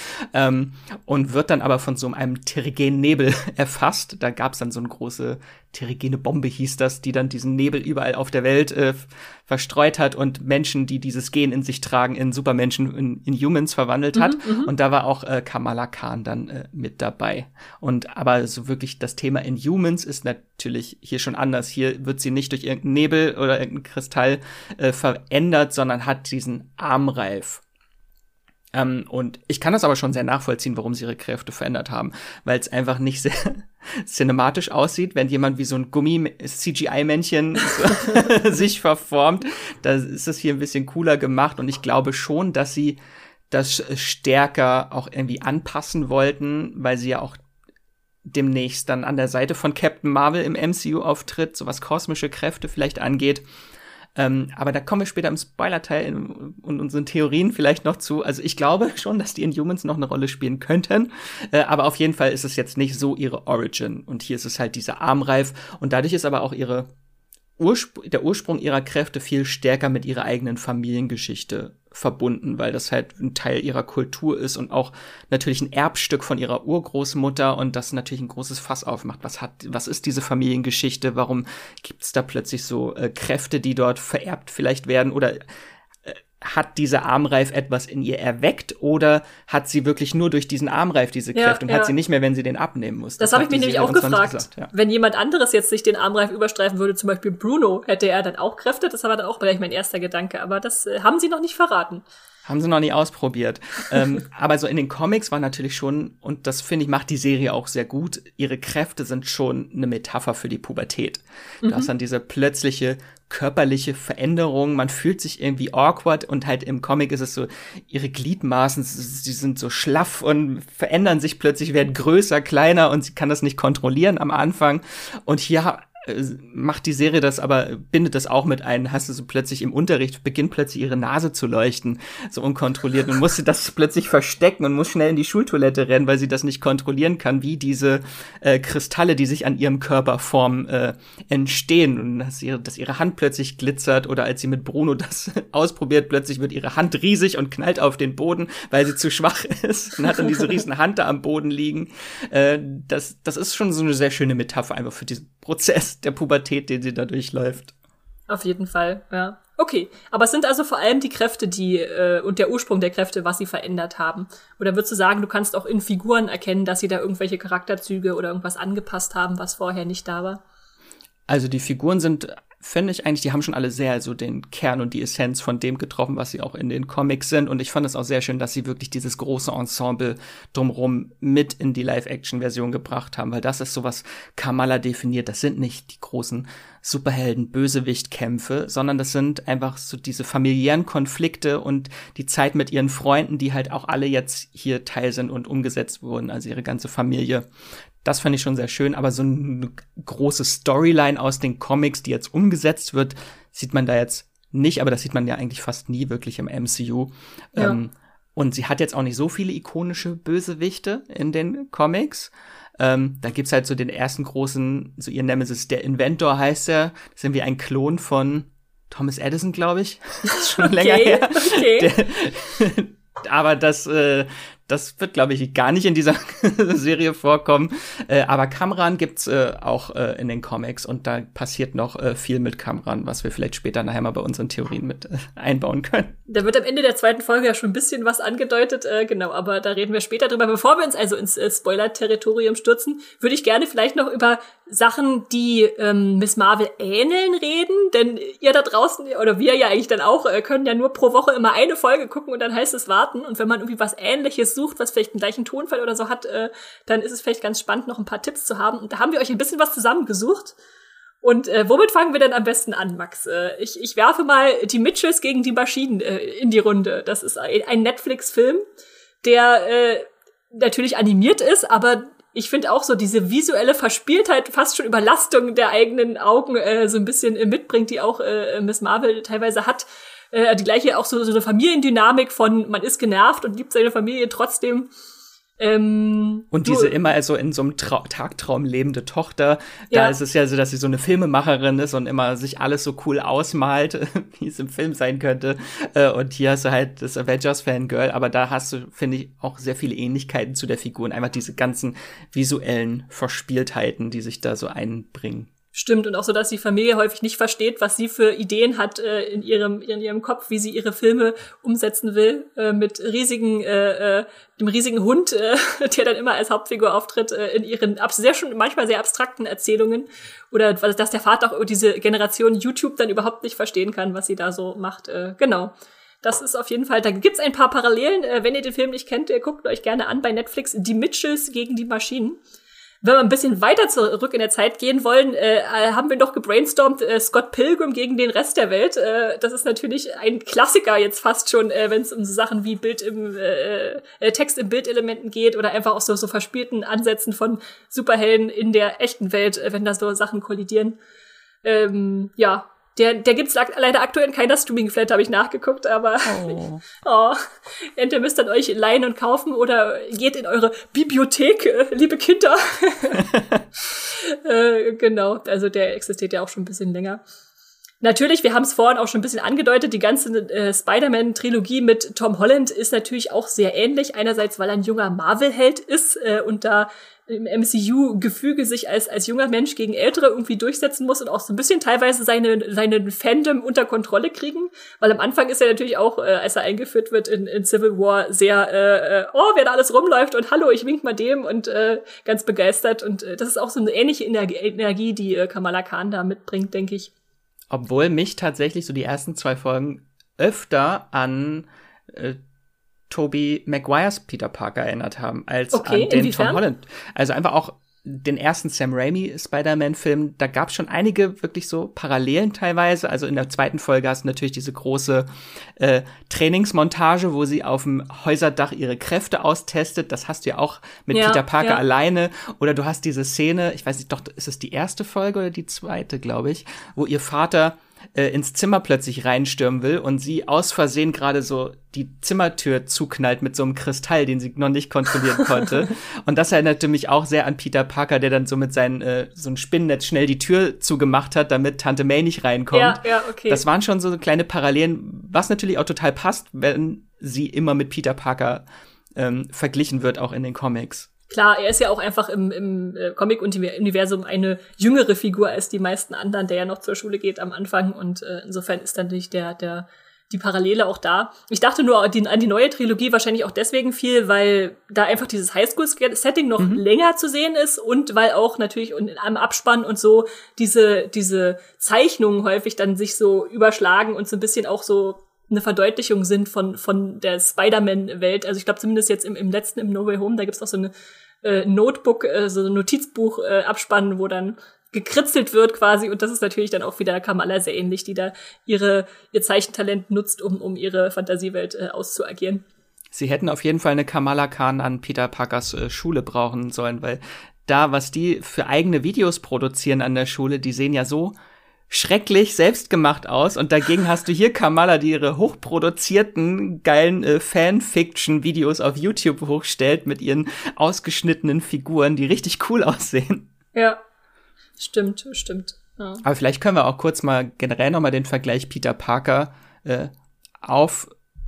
Und wird dann aber von so einem terrigenen Nebel erfasst. Da gab's dann so eine große terrigene Bombe, hieß das, die dann diesen Nebel überall auf der Welt verstreut hat und Menschen, die dieses Gen in sich tragen, in Supermenschen, in Humans verwandelt hat. Und da war auch Kamala Khan dann mit dabei. Aber so wirklich das Thema Inhumans ist natürlich hier schon anders. Hier wird sie nicht durch irgendeinen Nebel oder irgendeinen Kristall verändert, sondern hat diesen Armreif. Und ich kann das aber schon sehr nachvollziehen, warum sie ihre Kräfte verändert haben, weil es einfach nicht sehr cinematisch aussieht, wenn jemand wie so ein Gummi-CGI-Männchen sich verformt. Da ist es hier ein bisschen cooler gemacht, und ich glaube schon, dass sie das stärker auch irgendwie anpassen wollten, weil sie ja auch demnächst dann an der Seite von Captain Marvel im MCU auftritt, so was kosmische Kräfte vielleicht angeht. Aber da kommen wir später im Spoiler-Teil und unseren Theorien vielleicht noch zu. Also ich glaube schon, dass die Inhumans noch eine Rolle spielen könnten. Aber auf jeden Fall ist es jetzt nicht so ihre Origin. Und hier ist es halt dieser Armreif. Und dadurch ist aber auch der Ursprung ihrer Kräfte viel stärker mit ihrer eigenen Familiengeschichte verbunden, weil das halt ein Teil ihrer Kultur ist und auch natürlich ein Erbstück von ihrer Urgroßmutter, und das natürlich ein großes Fass aufmacht. Was ist diese Familiengeschichte? Warum gibt's da plötzlich so Kräfte, die dort vererbt vielleicht werden? Oder hat dieser Armreif etwas in ihr erweckt, oder hat sie wirklich nur durch diesen Armreif diese Kräfte und hat sie nicht mehr, wenn sie den abnehmen muss? Das habe ich mir nämlich auch gefragt. Wenn jemand anderes jetzt sich den Armreif überstreifen würde, zum Beispiel Bruno, hätte er dann auch Kräfte? Das war dann auch gleich mein erster Gedanke, aber das haben sie noch nicht verraten. Haben sie noch nie ausprobiert. Aber so in den Comics war natürlich schon, und das finde ich macht die Serie auch sehr gut, ihre Kräfte sind schon eine Metapher für die Pubertät. Du hast dann diese plötzliche körperliche Veränderung, man fühlt sich irgendwie awkward, und halt im Comic ist es so, ihre Gliedmaßen, sie sind so schlaff und verändern sich plötzlich, werden größer, kleiner, und sie kann das nicht kontrollieren am Anfang. Und hier macht die Serie das, aber bindet das auch mit ein. Hast du so plötzlich im Unterricht, beginnt plötzlich ihre Nase zu leuchten, so unkontrolliert, und musste das plötzlich verstecken und muss schnell in die Schultoilette rennen, weil sie das nicht kontrollieren kann, wie diese Kristalle, die sich an ihrem Körper formen, entstehen, und dass ihre Hand plötzlich glitzert, oder als sie mit Bruno das ausprobiert, plötzlich wird ihre Hand riesig und knallt auf den Boden, weil sie zu schwach ist, und hat dann diese riesen Hand da am Boden liegen. Das ist schon so eine sehr schöne Metapher einfach für diesen Prozess der Pubertät, den sie da durchläuft. Auf jeden Fall, ja. Okay, aber es sind also vor allem die Kräfte, und der Ursprung der Kräfte, was sie verändert haben. Oder würdest du sagen, du kannst auch in Figuren erkennen, dass sie da irgendwelche Charakterzüge oder irgendwas angepasst haben, was vorher nicht da war? Also die Figuren sind, finde ich eigentlich, die haben schon alle sehr so den Kern und die Essenz von dem getroffen, was sie auch in den Comics sind. Und ich fand es auch sehr schön, dass sie wirklich dieses große Ensemble drumherum mit in die Live-Action-Version gebracht haben, weil das ist so, was Kamala definiert. Das sind nicht die großen Superhelden-Bösewicht-Kämpfe, sondern das sind einfach so diese familiären Konflikte und die Zeit mit ihren Freunden, die halt auch alle jetzt hier Teil sind und umgesetzt wurden, also ihre ganze Familie. Das fand ich schon sehr schön, aber so eine große Storyline aus den Comics, die jetzt umgesetzt wird, sieht man da jetzt nicht, aber das sieht man ja eigentlich fast nie wirklich im MCU. Ja. Und sie hat jetzt auch nicht so viele ikonische Bösewichte in den Comics. Da gibt's halt so den ersten großen, so ihr Nemesis, der Inventor heißt er. Das ist irgendwie ein Klon von Thomas Edison, glaube ich. Das ist schon länger her. Okay. Aber das wird, glaube ich, gar nicht in dieser Serie vorkommen. Aber Kamran gibt's auch in den Comics und da passiert noch viel mit Kamran, was wir vielleicht später nachher mal bei unseren Theorien mit einbauen können. Da wird am Ende der 2. Folge ja schon ein bisschen was angedeutet, genau, aber da reden wir später drüber. Bevor wir uns also ins Spoiler-Territorium stürzen, würde ich gerne vielleicht noch über Sachen, die Miss Marvel ähneln, reden, denn ihr da draußen, oder wir ja eigentlich dann auch, können ja nur pro Woche immer eine Folge gucken und dann heißt es warten. Und wenn man irgendwie was Ähnliches sucht, was vielleicht den gleichen Tonfall oder so hat, dann ist es vielleicht ganz spannend, noch ein paar Tipps zu haben. Und da haben wir euch ein bisschen was zusammengesucht. Und womit fangen wir denn am besten an, Max? Ich werfe mal die Mitchells gegen die Maschinen in die Runde. Das ist ein Netflix-Film, der natürlich animiert ist, aber ich finde auch so diese visuelle Verspieltheit, fast schon Überlastung der eigenen Augen so ein bisschen mitbringt, die auch Miss Marvel teilweise hat. Die gleiche auch so eine Familiendynamik von man ist genervt und liebt seine Familie trotzdem. Und diese immer also in so einem Tagtraum lebende Tochter, da ist es ja so, dass sie so eine Filmemacherin ist und immer sich alles so cool ausmalt, wie es im Film sein könnte. Und hier hast du halt das Avengers-Fangirl, aber da hast du, finde ich, auch sehr viele Ähnlichkeiten zu der Figur und einfach diese ganzen visuellen Verspieltheiten, die sich da so einbringen. Stimmt, und auch so, dass die Familie häufig nicht versteht, was sie für Ideen hat in ihrem Kopf, wie sie ihre Filme umsetzen will, mit dem riesigen Hund, der dann immer als Hauptfigur auftritt, in ihren manchmal sehr abstrakten Erzählungen. Oder dass der Vater auch diese Generation YouTube dann überhaupt nicht verstehen kann, was sie da so macht. Genau. Das ist auf jeden Fall, da gibt's ein paar Parallelen. Wenn ihr den Film nicht kennt, guckt euch gerne an bei Netflix. Die Mitchells gegen die Maschinen. Wenn wir ein bisschen weiter zurück in der Zeit gehen wollen, haben wir noch gebrainstormt, Scott Pilgrim gegen den Rest der Welt. Das ist natürlich ein Klassiker jetzt fast schon, wenn es um so Sachen wie Text im Bildelementen geht oder einfach auch so verspielten Ansätzen von Superhelden in der echten Welt, wenn da so Sachen kollidieren. Der gibt's leider aktuell in keiner Streaming-Flat, habe ich nachgeguckt, aber entweder müsst ihr euch leihen und kaufen oder geht in eure Bibliothek, liebe Kinder. Genau, also der existiert ja auch schon ein bisschen länger. Natürlich, wir haben es vorhin auch schon ein bisschen angedeutet, die ganze Spider-Man-Trilogie mit Tom Holland ist natürlich auch sehr ähnlich. Einerseits, weil er ein junger Marvel-Held ist und da im MCU-Gefüge sich als junger Mensch gegen Ältere irgendwie durchsetzen muss und auch so ein bisschen teilweise seinen Fandom unter Kontrolle kriegen. Weil am Anfang ist er natürlich auch, als er eingeführt wird in Civil War, sehr, wer da alles rumläuft und hallo, ich wink mal dem und ganz begeistert. Und das ist auch so eine ähnliche Energie, die Kamala Khan da mitbringt, denke ich. Obwohl mich tatsächlich so die ersten 2 Folgen öfter an Tobey Maguires Peter Parker erinnert haben, als an den inwiefern? Tom Holland. Also einfach auch den ersten Sam Raimi Spider-Man-Film, da gab es schon einige wirklich so Parallelen teilweise. Also in der 2. Folge hast du natürlich diese große Trainingsmontage, wo sie auf dem Häuserdach ihre Kräfte austestet. Das hast du ja auch mit Peter Parker alleine. Oder du hast diese Szene, ich weiß nicht, doch, ist es die 1. Folge oder die 2., glaube ich, wo ihr Vater ins Zimmer plötzlich reinstürmen will und sie aus Versehen gerade so die Zimmertür zuknallt mit so einem Kristall, den sie noch nicht kontrollieren konnte. Und das erinnerte mich auch sehr an Peter Parker, der dann so mit seinem so ein Spinnennetz schnell die Tür zugemacht hat, damit Tante May nicht reinkommt. Ja, okay. Das waren schon so kleine Parallelen, was natürlich auch total passt, wenn sie immer mit Peter Parker verglichen wird, auch in den Comics. Klar, er ist ja auch einfach im Comic-Universum eine jüngere Figur als die meisten anderen, der ja noch zur Schule geht am Anfang. Und insofern ist dann natürlich die Parallele auch da. Ich dachte nur an die neue Trilogie wahrscheinlich auch deswegen viel, weil da einfach dieses Highschool-Setting noch länger zu sehen ist und weil auch natürlich in einem Abspann und so diese Zeichnungen häufig dann sich so überschlagen und so ein bisschen auch so eine Verdeutlichung sind von der Spider-Man-Welt. Also ich glaube zumindest jetzt im letzten, im No Way Home, da gibt's auch so eine Notebook, so ein Notizbuch abspannen, wo dann gekritzelt wird quasi. Und das ist natürlich dann auch wieder Kamala sehr ähnlich, die da ihr Zeichentalent nutzt, um ihre Fantasiewelt auszuagieren. Sie hätten auf jeden Fall eine Kamala Khan an Peter Parkers Schule brauchen sollen, weil da, was die für eigene Videos produzieren an der Schule, die sehen ja so schrecklich selbstgemacht aus und dagegen hast du hier Kamala, die ihre hochproduzierten, geilen Fanfiction-Videos auf YouTube hochstellt mit ihren ausgeschnittenen Figuren, die richtig cool aussehen. Ja, stimmt. Ja. Aber vielleicht können wir auch kurz mal generell noch mal den Vergleich Peter Parker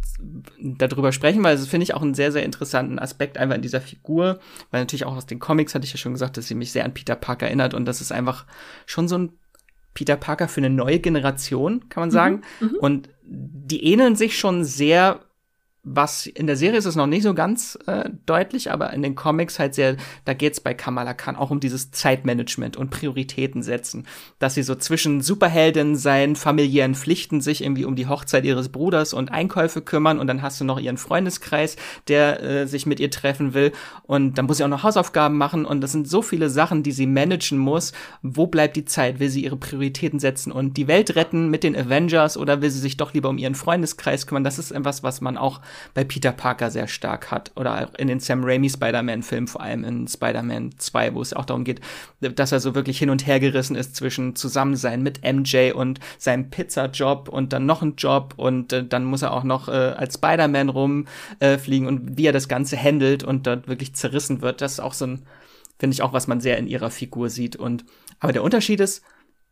darüber sprechen, weil das finde ich auch einen sehr, sehr interessanten Aspekt einfach in dieser Figur, weil natürlich auch aus den Comics hatte ich ja schon gesagt, dass sie mich sehr an Peter Parker erinnert und das ist einfach schon so ein Peter Parker für eine neue Generation, kann man sagen. Und die ähneln sich schon sehr, was in der Serie ist es noch nicht so ganz deutlich, aber in den Comics halt sehr, da geht's bei Kamala Khan auch um dieses Zeitmanagement und Prioritäten setzen, dass sie so zwischen Superhelden, seinen familiären Pflichten sich irgendwie um die Hochzeit ihres Bruders und Einkäufe kümmern und dann hast du noch ihren Freundeskreis, der sich mit ihr treffen will und dann muss sie auch noch Hausaufgaben machen und das sind so viele Sachen, die sie managen muss. Wo bleibt die Zeit? Will sie ihre Prioritäten setzen und die Welt retten mit den Avengers oder will sie sich doch lieber um ihren Freundeskreis kümmern? Das ist etwas, was man auch bei Peter Parker sehr stark hat oder auch in den Sam Raimi Spider-Man-Filmen, vor allem in Spider-Man 2, wo es auch darum geht, dass er so wirklich hin und her gerissen ist zwischen Zusammensein mit MJ und seinem Pizzajob und dann noch einen Job und dann muss er auch noch als Spider-Man rumfliegen und wie er das Ganze handelt und dort wirklich zerrissen wird. Das ist auch so ein, finde ich auch, was man sehr in ihrer Figur sieht. Aber der Unterschied ist,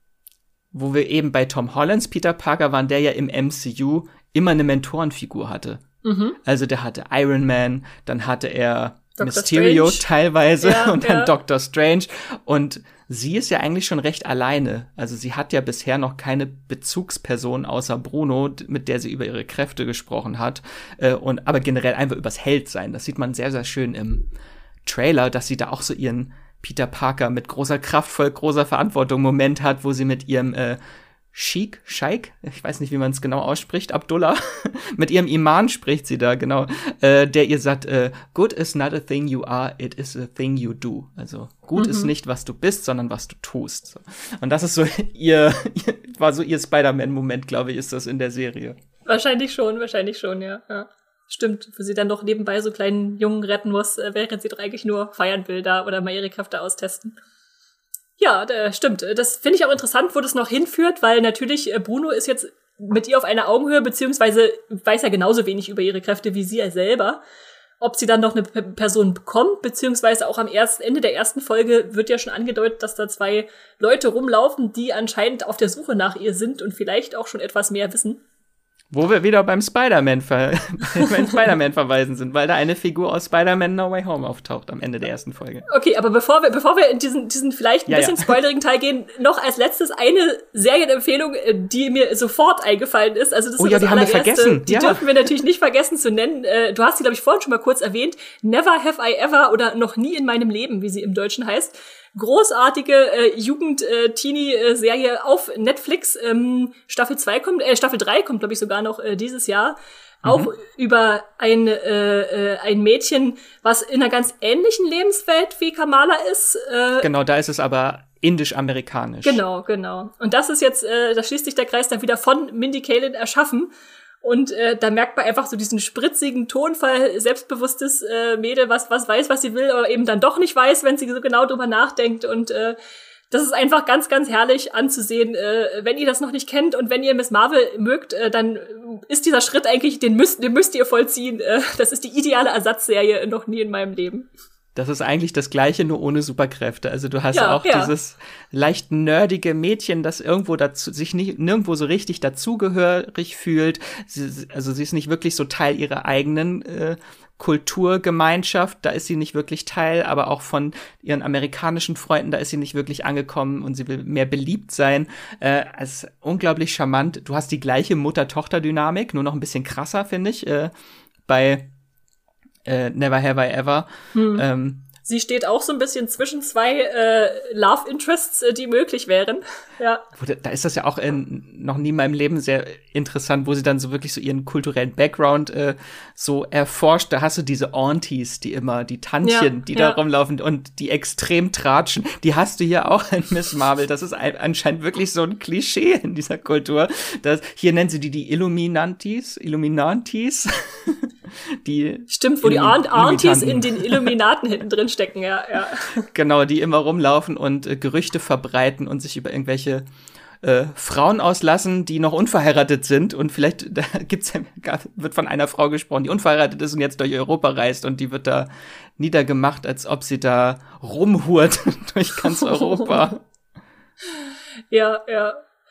wo wir eben bei Tom Hollands Peter Parker waren, der ja im MCU immer eine Mentorenfigur hatte. Also der hatte Iron Man, dann hatte er Dr. Mysterio Strange. Teilweise und dann Doctor Strange. Und sie ist ja eigentlich schon recht alleine. Also sie hat ja bisher noch keine Bezugsperson außer Bruno, mit der sie über ihre Kräfte gesprochen hat. Aber generell einfach übers Heldsein. Das sieht man sehr, sehr schön im Trailer, dass sie da auch so ihren Peter Parker mit großer Kraft, voll großer Verantwortung Moment hat, wo sie mit ihrem Sheikh, ich weiß nicht, wie man es genau ausspricht, Abdullah, mit ihrem Imam spricht sie da, genau, der ihr sagt, good is not a thing you are, it is a thing you do. Also, gut ist nicht, was du bist, sondern was du tust. So. Und das ist so war so ihr Spider-Man-Moment, glaube ich, ist das in der Serie. Wahrscheinlich schon, ja. Stimmt, wo sie dann noch nebenbei so kleinen Jungen retten muss, während sie eigentlich nur feiern will da oder mal ihre Kräfte austesten. Ja, stimmt. Das finde ich auch interessant, wo das noch hinführt, weil natürlich Bruno ist jetzt mit ihr auf einer Augenhöhe, beziehungsweise weiß ja genauso wenig über ihre Kräfte wie sie selber. Ob sie dann noch eine Person bekommt, beziehungsweise auch am Ende der ersten Folge wird ja schon angedeutet, dass da 2 Leute rumlaufen, die anscheinend auf der Suche nach ihr sind und vielleicht auch schon etwas mehr wissen. Wo wir wieder beim Spider-Man verweisen sind, weil da eine Figur aus Spider-Man No Way Home auftaucht am Ende der ersten Folge. Okay, aber bevor wir in diesen vielleicht ein bisschen spoilerigen Teil gehen, noch als letztes eine Serienempfehlung, die mir sofort eingefallen ist. Also das ist die haben wir vergessen. Die dürfen wir natürlich nicht vergessen zu nennen. Du hast sie, glaube ich, vorhin schon mal kurz erwähnt. Never Have I Ever oder Noch nie in meinem Leben, wie sie im Deutschen heißt. Großartige Jugend-Teenie-Serie auf Netflix. Staffel 3 kommt, glaube ich, sogar noch dieses Jahr. Auch über ein Mädchen, was in einer ganz ähnlichen Lebenswelt wie Kamala ist. Genau, da ist es aber indisch-amerikanisch. Genau. Und das ist jetzt, da schließt sich der Kreis dann wieder von Mindy Kaling erschaffen. Und da merkt man einfach so diesen spritzigen Tonfall, selbstbewusstes Mädel, was weiß, was sie will, aber eben dann doch nicht weiß, wenn sie so genau drüber nachdenkt. Und das ist einfach ganz, ganz herrlich anzusehen. Wenn ihr das noch nicht kennt und wenn ihr Miss Marvel mögt, dann ist dieser Schritt eigentlich, den müsst ihr vollziehen. Das ist die ideale Ersatzserie Noch nie in meinem Leben. Das ist eigentlich das Gleiche, nur ohne Superkräfte. Also du hast auch dieses leicht nerdige Mädchen, das irgendwo sich nirgendwo so richtig dazugehörig fühlt. Sie ist nicht wirklich so Teil ihrer eigenen Kulturgemeinschaft, da ist sie nicht wirklich Teil, aber auch von ihren amerikanischen Freunden, da ist sie nicht wirklich angekommen und sie will mehr beliebt sein. Es ist unglaublich charmant. Du hast die gleiche Mutter-Tochter-Dynamik, nur noch ein bisschen krasser, finde ich, bei Never Have I Ever. Sie steht auch so ein bisschen zwischen 2 Love Interests, die möglich wären. Ja. Da ist das ja auch noch nie in meinem Leben sehr interessant, wo sie dann so wirklich so ihren kulturellen Background so erforscht. Da hast du diese Aunties, die Tantchen, die da rumlaufen und die extrem tratschen. Die hast du hier auch in Miss Marvel. Das ist anscheinend wirklich so ein Klischee in dieser Kultur. Hier nennen sie die Illuminantis. Stimmt, wo die Aunties in den Illuminaten hinten drin stecken, ja. Genau, die immer rumlaufen und Gerüchte verbreiten und sich über irgendwelche Frauen auslassen, die noch unverheiratet sind und vielleicht wird von einer Frau gesprochen, die unverheiratet ist und jetzt durch Europa reist und die wird da niedergemacht, als ob sie da rumhurt durch ganz Europa. Ja.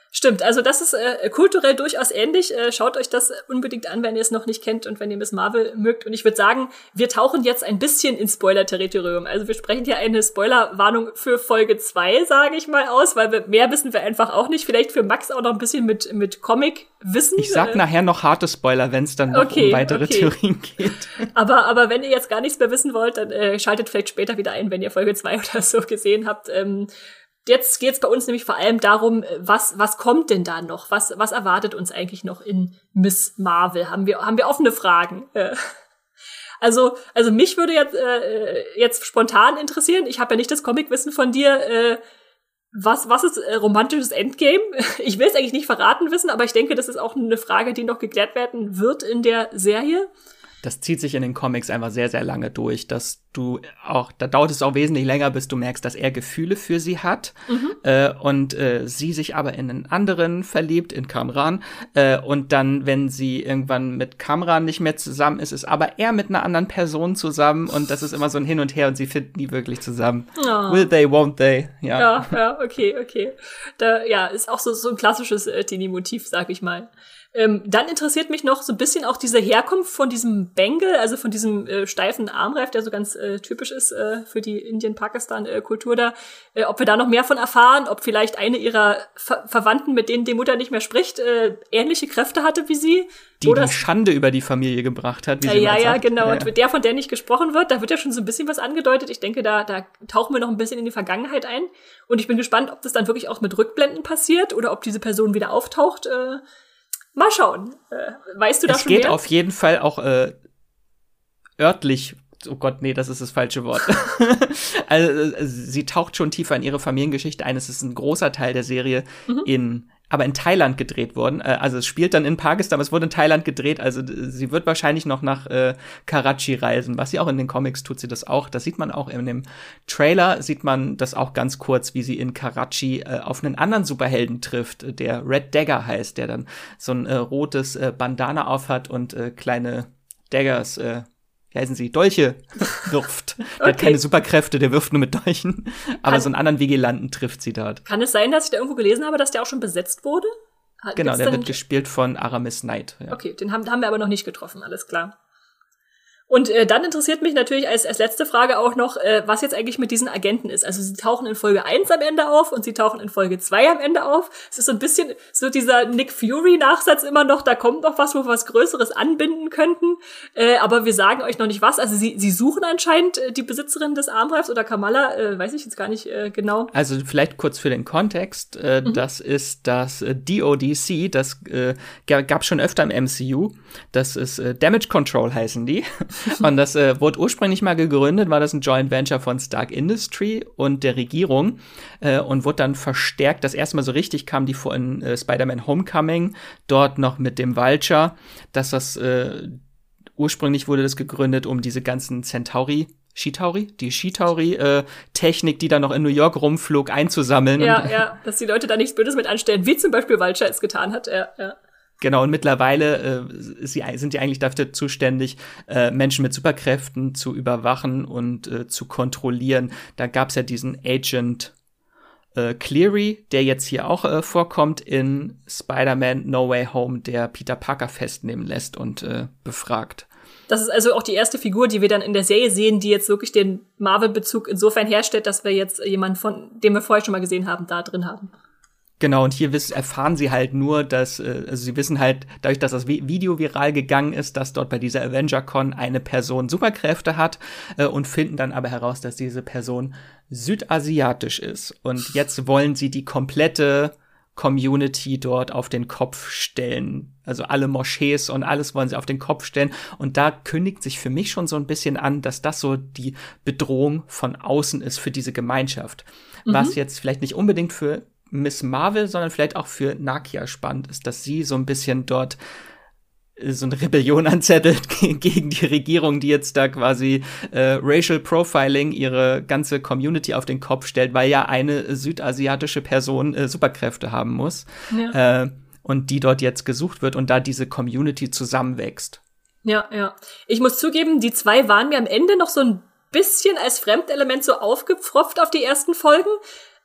Stimmt, also das ist kulturell durchaus ähnlich. Schaut euch das unbedingt an, wenn ihr es noch nicht kennt und wenn ihr Miss Marvel mögt. Und ich würde sagen, wir tauchen jetzt ein bisschen ins Spoiler-Territorium. Also wir sprechen hier eine Spoiler-Warnung für Folge 2, sage ich mal, aus, weil mehr wissen wir einfach auch nicht. Vielleicht für Max auch noch ein bisschen mit Comic-Wissen. Ich sag nachher noch harte Spoiler, wenn es dann noch um weitere Theorien geht. Aber wenn ihr jetzt gar nichts mehr wissen wollt, dann schaltet vielleicht später wieder ein, wenn ihr Folge 2 oder so gesehen habt. Jetzt geht's bei uns nämlich vor allem darum, was kommt denn da noch? Was erwartet uns eigentlich noch in Miss Marvel? Haben wir offene Fragen? Also mich würde jetzt spontan interessieren, ich habe ja nicht das Comicwissen von dir, was ist romantisches Endgame? Ich will es eigentlich nicht verraten wissen, aber ich denke, das ist auch eine Frage, die noch geklärt werden wird in der Serie. Das zieht sich in den Comics einfach sehr, sehr lange durch, dass da dauert es auch wesentlich länger, bis du merkst, dass er Gefühle für sie hat und sie sich aber in einen anderen verliebt, in Kamran, und dann, wenn sie irgendwann mit Kamran nicht mehr zusammen ist aber er mit einer anderen Person zusammen und das ist immer so ein Hin und Her und sie finden nie wirklich zusammen. Oh. Will they, won't they? Ja, okay. Ist auch so ein klassisches Teenie-Motiv, sag ich mal. Dann interessiert mich noch so ein bisschen auch diese Herkunft von diesem Bengal, also von diesem steifen Armreif, der so ganz typisch ist für die Indien-Pakistan-Kultur da. Ob wir da noch mehr von erfahren, ob vielleicht eine ihrer Verwandten, mit denen die Mutter nicht mehr spricht, ähnliche Kräfte hatte wie sie. Die Schande über die Familie gebracht hat, wie sie mal sagt. Genau. Ja. Und der, von der nicht gesprochen wird, da wird ja schon so ein bisschen was angedeutet. Ich denke, da tauchen wir noch ein bisschen in die Vergangenheit ein. Und ich bin gespannt, ob das dann wirklich auch mit Rückblenden passiert oder ob diese Person wieder auftaucht. Mal schauen. Weißt du da schon mehr? Es geht auf jeden Fall auch örtlich. Oh Gott, nee, das ist das falsche Wort. Also sie taucht schon tiefer in ihre Familiengeschichte ein. Es ist ein großer Teil der Serie aber in Thailand gedreht worden. Also es spielt dann in Pakistan, aber es wurde in Thailand gedreht. Also sie wird wahrscheinlich noch nach Karachi reisen. Was sie auch in den Comics tut, sie das auch. Das sieht man auch in dem Trailer, sieht man das auch ganz kurz, wie sie in Karachi auf einen anderen Superhelden trifft, der Red Dagger heißt, der dann so ein rotes Bandana aufhat und kleine Daggers, wie heißen sie, Dolche wirft. Der hat keine Superkräfte, der wirft nur mit Dolchen. Aber so einen anderen Vigilanten trifft sie dort. Kann es sein, dass ich da irgendwo gelesen habe, dass der auch schon besetzt wurde? Genau, der wird gespielt von Aramis Knight. Ja. Okay, den haben wir aber noch nicht getroffen, alles klar. Und dann interessiert mich natürlich als letzte Frage auch noch, was jetzt eigentlich mit diesen Agenten ist. Also sie tauchen in Folge 1 am Ende auf und sie tauchen in Folge 2 am Ende auf. Es ist so ein bisschen so dieser Nick Fury-Nachsatz immer noch, da kommt noch was, wo wir was Größeres anbinden könnten. Aber wir sagen euch noch nicht was. Also sie suchen anscheinend die Besitzerin des Armreifs oder Kamala, weiß ich jetzt gar nicht genau. Also vielleicht kurz für den Kontext. Das ist das DODC, das gab schon öfter im MCU. Das ist Damage Control heißen die. Und das wurde ursprünglich mal gegründet, war das ein Joint Venture von Stark Industry und der Regierung und wurde dann verstärkt. Das erste Mal so richtig kam die vor in Spider-Man Homecoming, dort noch mit dem Vulture, dass das ursprünglich wurde das gegründet, um diese ganzen Chitauri-Technik, die dann noch in New York rumflog, einzusammeln. Ja, dass die Leute da nichts Böses mit anstellen, wie zum Beispiel Vulture es getan hat, ja. Genau, und mittlerweile sind die eigentlich dafür zuständig, Menschen mit Superkräften zu überwachen und zu kontrollieren. Da gab's ja diesen Agent Cleary, der jetzt hier auch vorkommt in Spider-Man No Way Home, der Peter Parker festnehmen lässt und befragt. Das ist also auch die erste Figur, die wir dann in der Serie sehen, die jetzt wirklich den Marvel-Bezug insofern herstellt, dass wir jetzt jemanden, den wir vorher schon mal gesehen haben, da drin haben. Genau, und hier erfahren sie halt nur, dass, also sie wissen halt, dadurch, dass das Video viral gegangen ist, dass dort bei dieser Avenger-Con eine Person Superkräfte hat und finden dann aber heraus, dass diese Person südasiatisch ist. Und jetzt wollen sie die komplette Community dort auf den Kopf stellen. Also alle Moschees und alles wollen sie auf den Kopf stellen. Und da kündigt sich für mich schon so ein bisschen an, dass das so die Bedrohung von außen ist für diese Gemeinschaft. Was jetzt vielleicht nicht unbedingt für Miss Marvel, sondern vielleicht auch für Nakia spannend ist, dass sie so ein bisschen dort so eine Rebellion anzettelt gegen die Regierung, die jetzt da quasi Racial Profiling ihre ganze Community auf den Kopf stellt, weil ja eine südasiatische Person Superkräfte haben muss. Ja. Und die dort jetzt gesucht wird und da diese Community zusammenwächst. Ja. Ich muss zugeben, die zwei waren mir am Ende noch so ein bisschen als Fremdelement so aufgepfropft auf die ersten Folgen.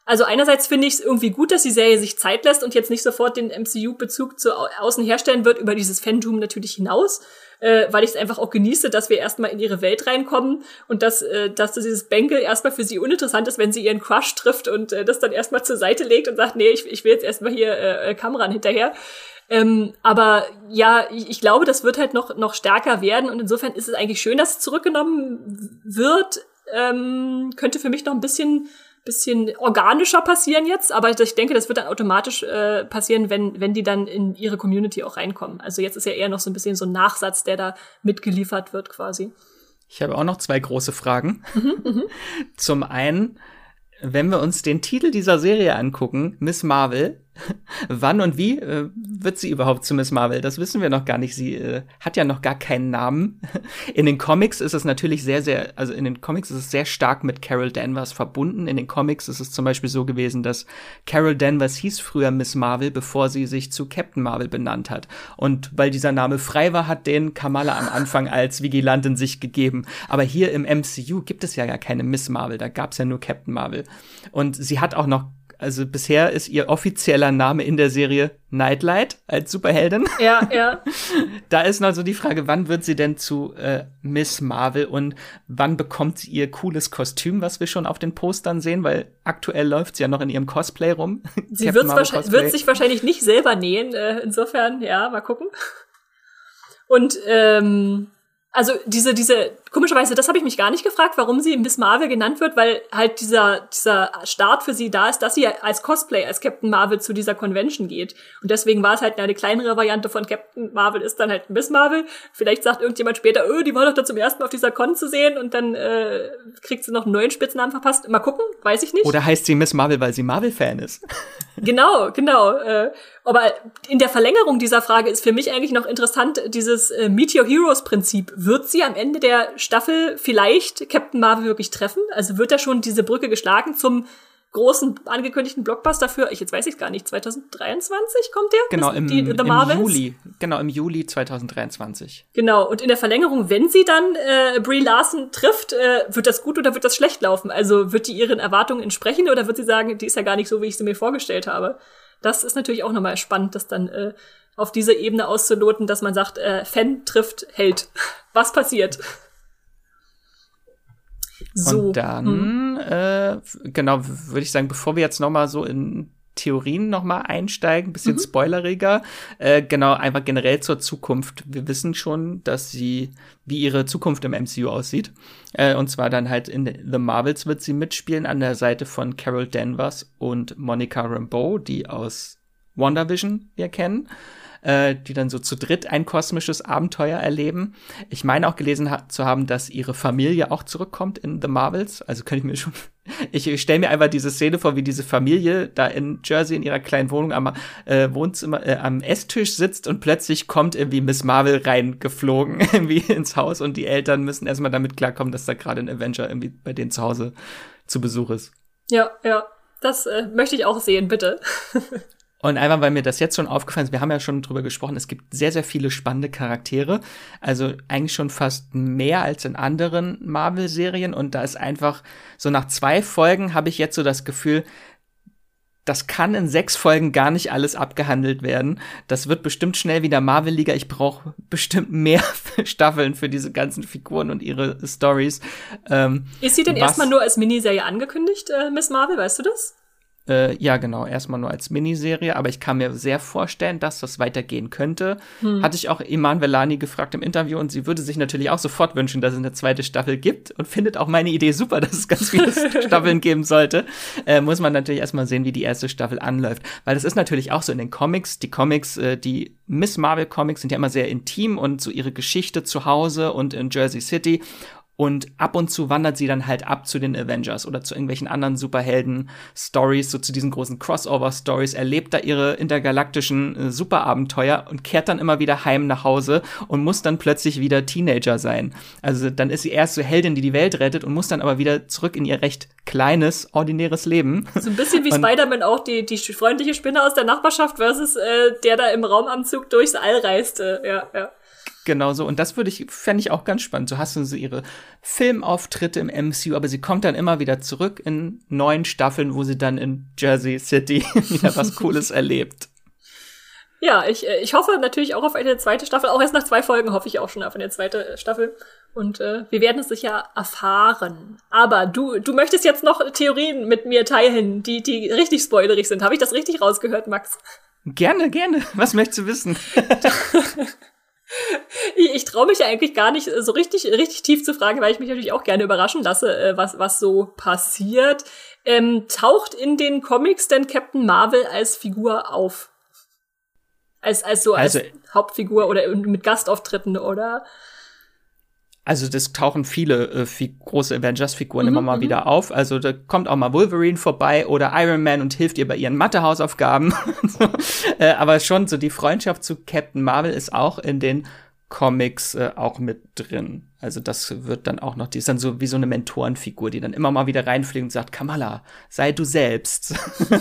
Also einerseits finde ich es irgendwie gut, dass die Serie sich Zeit lässt und jetzt nicht sofort den MCU-Bezug zu außen herstellen wird, über dieses Fandom natürlich hinaus, weil ich es einfach auch genieße, dass wir erstmal in ihre Welt reinkommen und dass dieses Bänkel erstmal für sie uninteressant ist, wenn sie ihren Crush trifft und das dann erstmal zur Seite legt und sagt, nee, ich will jetzt erstmal hier Kamran hinterher. Aber ja, ich glaube, das wird halt noch stärker werden und insofern ist es eigentlich schön, dass es zurückgenommen wird. Könnte für mich noch ein bisschen organischer passieren jetzt, aber ich denke, das wird dann automatisch passieren, wenn die dann in ihre Community auch reinkommen. Also jetzt ist ja eher noch so ein bisschen so ein Nachsatz, der da mitgeliefert wird quasi. Ich habe auch noch 2 große Fragen. Zum einen, wenn wir uns den Titel dieser Serie angucken, Miss Marvel, wann und wie wird sie überhaupt zu Miss Marvel? Das wissen wir noch gar nicht. Sie hat ja noch gar keinen Namen. In den Comics ist es natürlich in den Comics ist es sehr stark mit Carol Danvers verbunden. In den Comics ist es zum Beispiel so gewesen, dass Carol Danvers hieß früher Miss Marvel, bevor sie sich zu Captain Marvel benannt hat. Und weil dieser Name frei war, hat den Kamala am Anfang als Vigilantin sich gegeben. Aber hier im MCU gibt es ja gar keine Miss Marvel. Da gab es ja nur Captain Marvel. Und sie hat auch noch Also bisher ist ihr offizieller Name in der Serie Nightlight als Superheldin. Ja. Da ist noch so die Frage, wann wird sie denn zu Miss Marvel und wann bekommt sie ihr cooles Kostüm, was wir schon auf den Postern sehen, weil aktuell läuft sie ja noch in ihrem Cosplay rum. Sie wird sich wahrscheinlich nicht selber nähen, insofern, ja, mal gucken. Und also diese komischerweise, das habe ich mich gar nicht gefragt, warum sie Miss Marvel genannt wird, weil halt dieser Start für sie da ist, dass sie als Cosplay, als Captain Marvel zu dieser Convention geht. Und deswegen war es halt eine kleinere Variante von Captain Marvel, ist dann halt Miss Marvel. Vielleicht sagt irgendjemand später, die war doch da zum ersten Mal auf dieser Con zu sehen und dann kriegt sie noch einen neuen Spitznamen verpasst. Mal gucken, weiß ich nicht. Oder heißt sie Miss Marvel, weil sie Marvel-Fan ist? Genau. Aber in der Verlängerung dieser Frage ist für mich eigentlich noch interessant dieses Meet Your Heroes-Prinzip. Wird sie am Ende der Staffel vielleicht Captain Marvel wirklich treffen? Also wird da schon diese Brücke geschlagen zum großen angekündigten Blockbuster für, jetzt weiß ich es gar nicht, 2023 kommt der? Genau, im Juli. Genau, im Juli 2023. Genau, und in der Verlängerung, wenn sie dann Brie Larson trifft, wird das gut oder wird das schlecht laufen? Also wird die ihren Erwartungen entsprechen oder wird sie sagen, die ist ja gar nicht so, wie ich sie mir vorgestellt habe? Das ist natürlich auch nochmal spannend, das dann auf diese Ebene auszuloten, dass man sagt, Fan trifft Held. Was passiert? So. Und dann, genau, würde ich sagen, bevor wir jetzt noch mal so in Theorien noch mal einsteigen, ein bisschen spoileriger, genau, einfach generell zur Zukunft. Wir wissen schon, wie ihre Zukunft im MCU aussieht. Und zwar dann halt in The Marvels wird sie mitspielen an der Seite von Carol Danvers und Monica Rambeau, die aus WandaVision wir kennen. Die dann so zu dritt ein kosmisches Abenteuer erleben. Ich meine auch gelesen zu haben, dass ihre Familie auch zurückkommt in The Marvels. Also könnte ich mir schon ich stelle mir einfach diese Szene vor, wie diese Familie da in Jersey in ihrer kleinen Wohnung am Wohnzimmer, am Esstisch sitzt und plötzlich kommt irgendwie Miss Marvel reingeflogen irgendwie ins Haus und die Eltern müssen erstmal damit klarkommen, dass da gerade ein Avenger irgendwie bei denen zu Hause zu Besuch ist. Ja, das möchte ich auch sehen, bitte. Und einfach, weil mir das jetzt schon aufgefallen ist, wir haben ja schon drüber gesprochen, es gibt sehr, sehr viele spannende Charaktere. Also eigentlich schon fast mehr als in anderen Marvel-Serien. Und da ist einfach, so nach 2 Folgen habe ich jetzt so das Gefühl, das kann in 6 Folgen gar nicht alles abgehandelt werden. Das wird bestimmt schnell wieder Marvel-Liga. Ich brauche bestimmt mehr Staffeln für diese ganzen Figuren und ihre Stories. Ist sie denn erstmal nur als Miniserie angekündigt, Miss Marvel? Weißt du das? Ja, genau, erstmal nur als Miniserie, aber ich kann mir sehr vorstellen, dass das weitergehen könnte. Hatte ich auch Iman Vellani gefragt im Interview und sie würde sich natürlich auch sofort wünschen, dass es eine zweite Staffel gibt und findet auch meine Idee super, dass es ganz viele Staffeln geben sollte. Muss man natürlich erstmal sehen, wie die erste Staffel anläuft, weil das ist natürlich auch so in den Comics. Die Miss Marvel Comics sind ja immer sehr intim und so ihre Geschichte zu Hause und in Jersey City. Und ab und zu wandert sie dann halt ab zu den Avengers oder zu irgendwelchen anderen Superhelden-Stories, so zu diesen großen Crossover-Stories, erlebt da ihre intergalaktischen Superabenteuer und kehrt dann immer wieder heim nach Hause und muss dann plötzlich wieder Teenager sein. Also dann ist sie erst so Heldin, die die Welt rettet und muss dann aber wieder zurück in ihr recht kleines, ordinäres Leben. So ein bisschen wie Spider-Man auch, die freundliche Spinne aus der Nachbarschaft versus der da im Raumanzug durchs All reist. Ja. Genau so. Und das fände ich auch ganz spannend. So hast du so ihre Filmauftritte im MCU, aber sie kommt dann immer wieder zurück in neuen Staffeln, wo sie dann in Jersey City wieder was Cooles erlebt. Ja, ich hoffe natürlich auch auf eine zweite Staffel. Auch erst nach 2 Folgen hoffe ich auch schon auf eine zweite Staffel. Und wir werden es sicher erfahren. Aber du möchtest jetzt noch Theorien mit mir teilen, die richtig spoilerig sind. Habe ich das richtig rausgehört, Max? Gerne. Was möchtest du wissen? Ich traue mich ja eigentlich gar nicht so richtig tief zu fragen, weil ich mich natürlich auch gerne überraschen lasse, was so passiert. Taucht in den Comics denn Captain Marvel als Figur auf? Als Hauptfigur oder mit Gastauftritten oder? Also das tauchen viele große Avengers-Figuren immer mal wieder auf. Also da kommt auch mal Wolverine vorbei oder Iron Man und hilft ihr bei ihren Mathehausaufgaben. Aber schon so die Freundschaft zu Captain Marvel ist auch in den Comics auch mit drin. Also das wird dann auch noch, die ist dann so wie so eine Mentorenfigur, die dann immer mal wieder reinfliegt und sagt, Kamala, sei du selbst.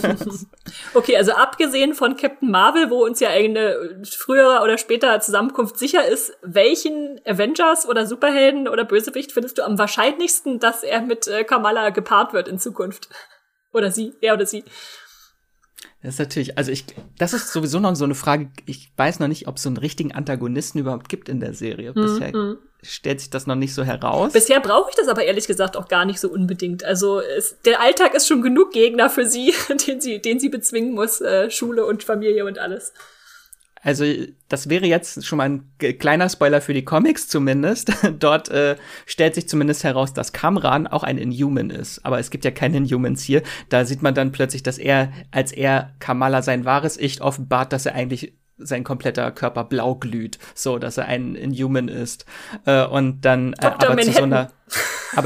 Okay, also abgesehen von Captain Marvel, wo uns ja eine frühere oder spätere Zusammenkunft sicher ist, welchen Avengers oder Superhelden oder Bösewicht findest du am wahrscheinlichsten, dass er mit Kamala gepaart wird in Zukunft? Oder sie, er oder sie? Das ist natürlich, das ist sowieso noch so eine Frage, ich weiß noch nicht, ob es so einen richtigen Antagonisten überhaupt gibt in der Serie. Bisher stellt sich das noch nicht so heraus. Bisher brauche ich das aber ehrlich gesagt auch gar nicht so unbedingt. Also der Alltag ist schon genug Gegner für sie, den sie bezwingen muss, Schule und Familie und alles. Also das wäre jetzt schon mal ein kleiner Spoiler für die Comics zumindest. Dort stellt sich zumindest heraus, dass Kamran auch ein Inhuman ist. Aber es gibt ja keine Inhumans hier. Da sieht man dann plötzlich, dass als er Kamala sein wahres Ich offenbart, dass er eigentlich sein kompletter Körper blau glüht, so dass er ein Inhuman ist. Und dann aber zu so einer aber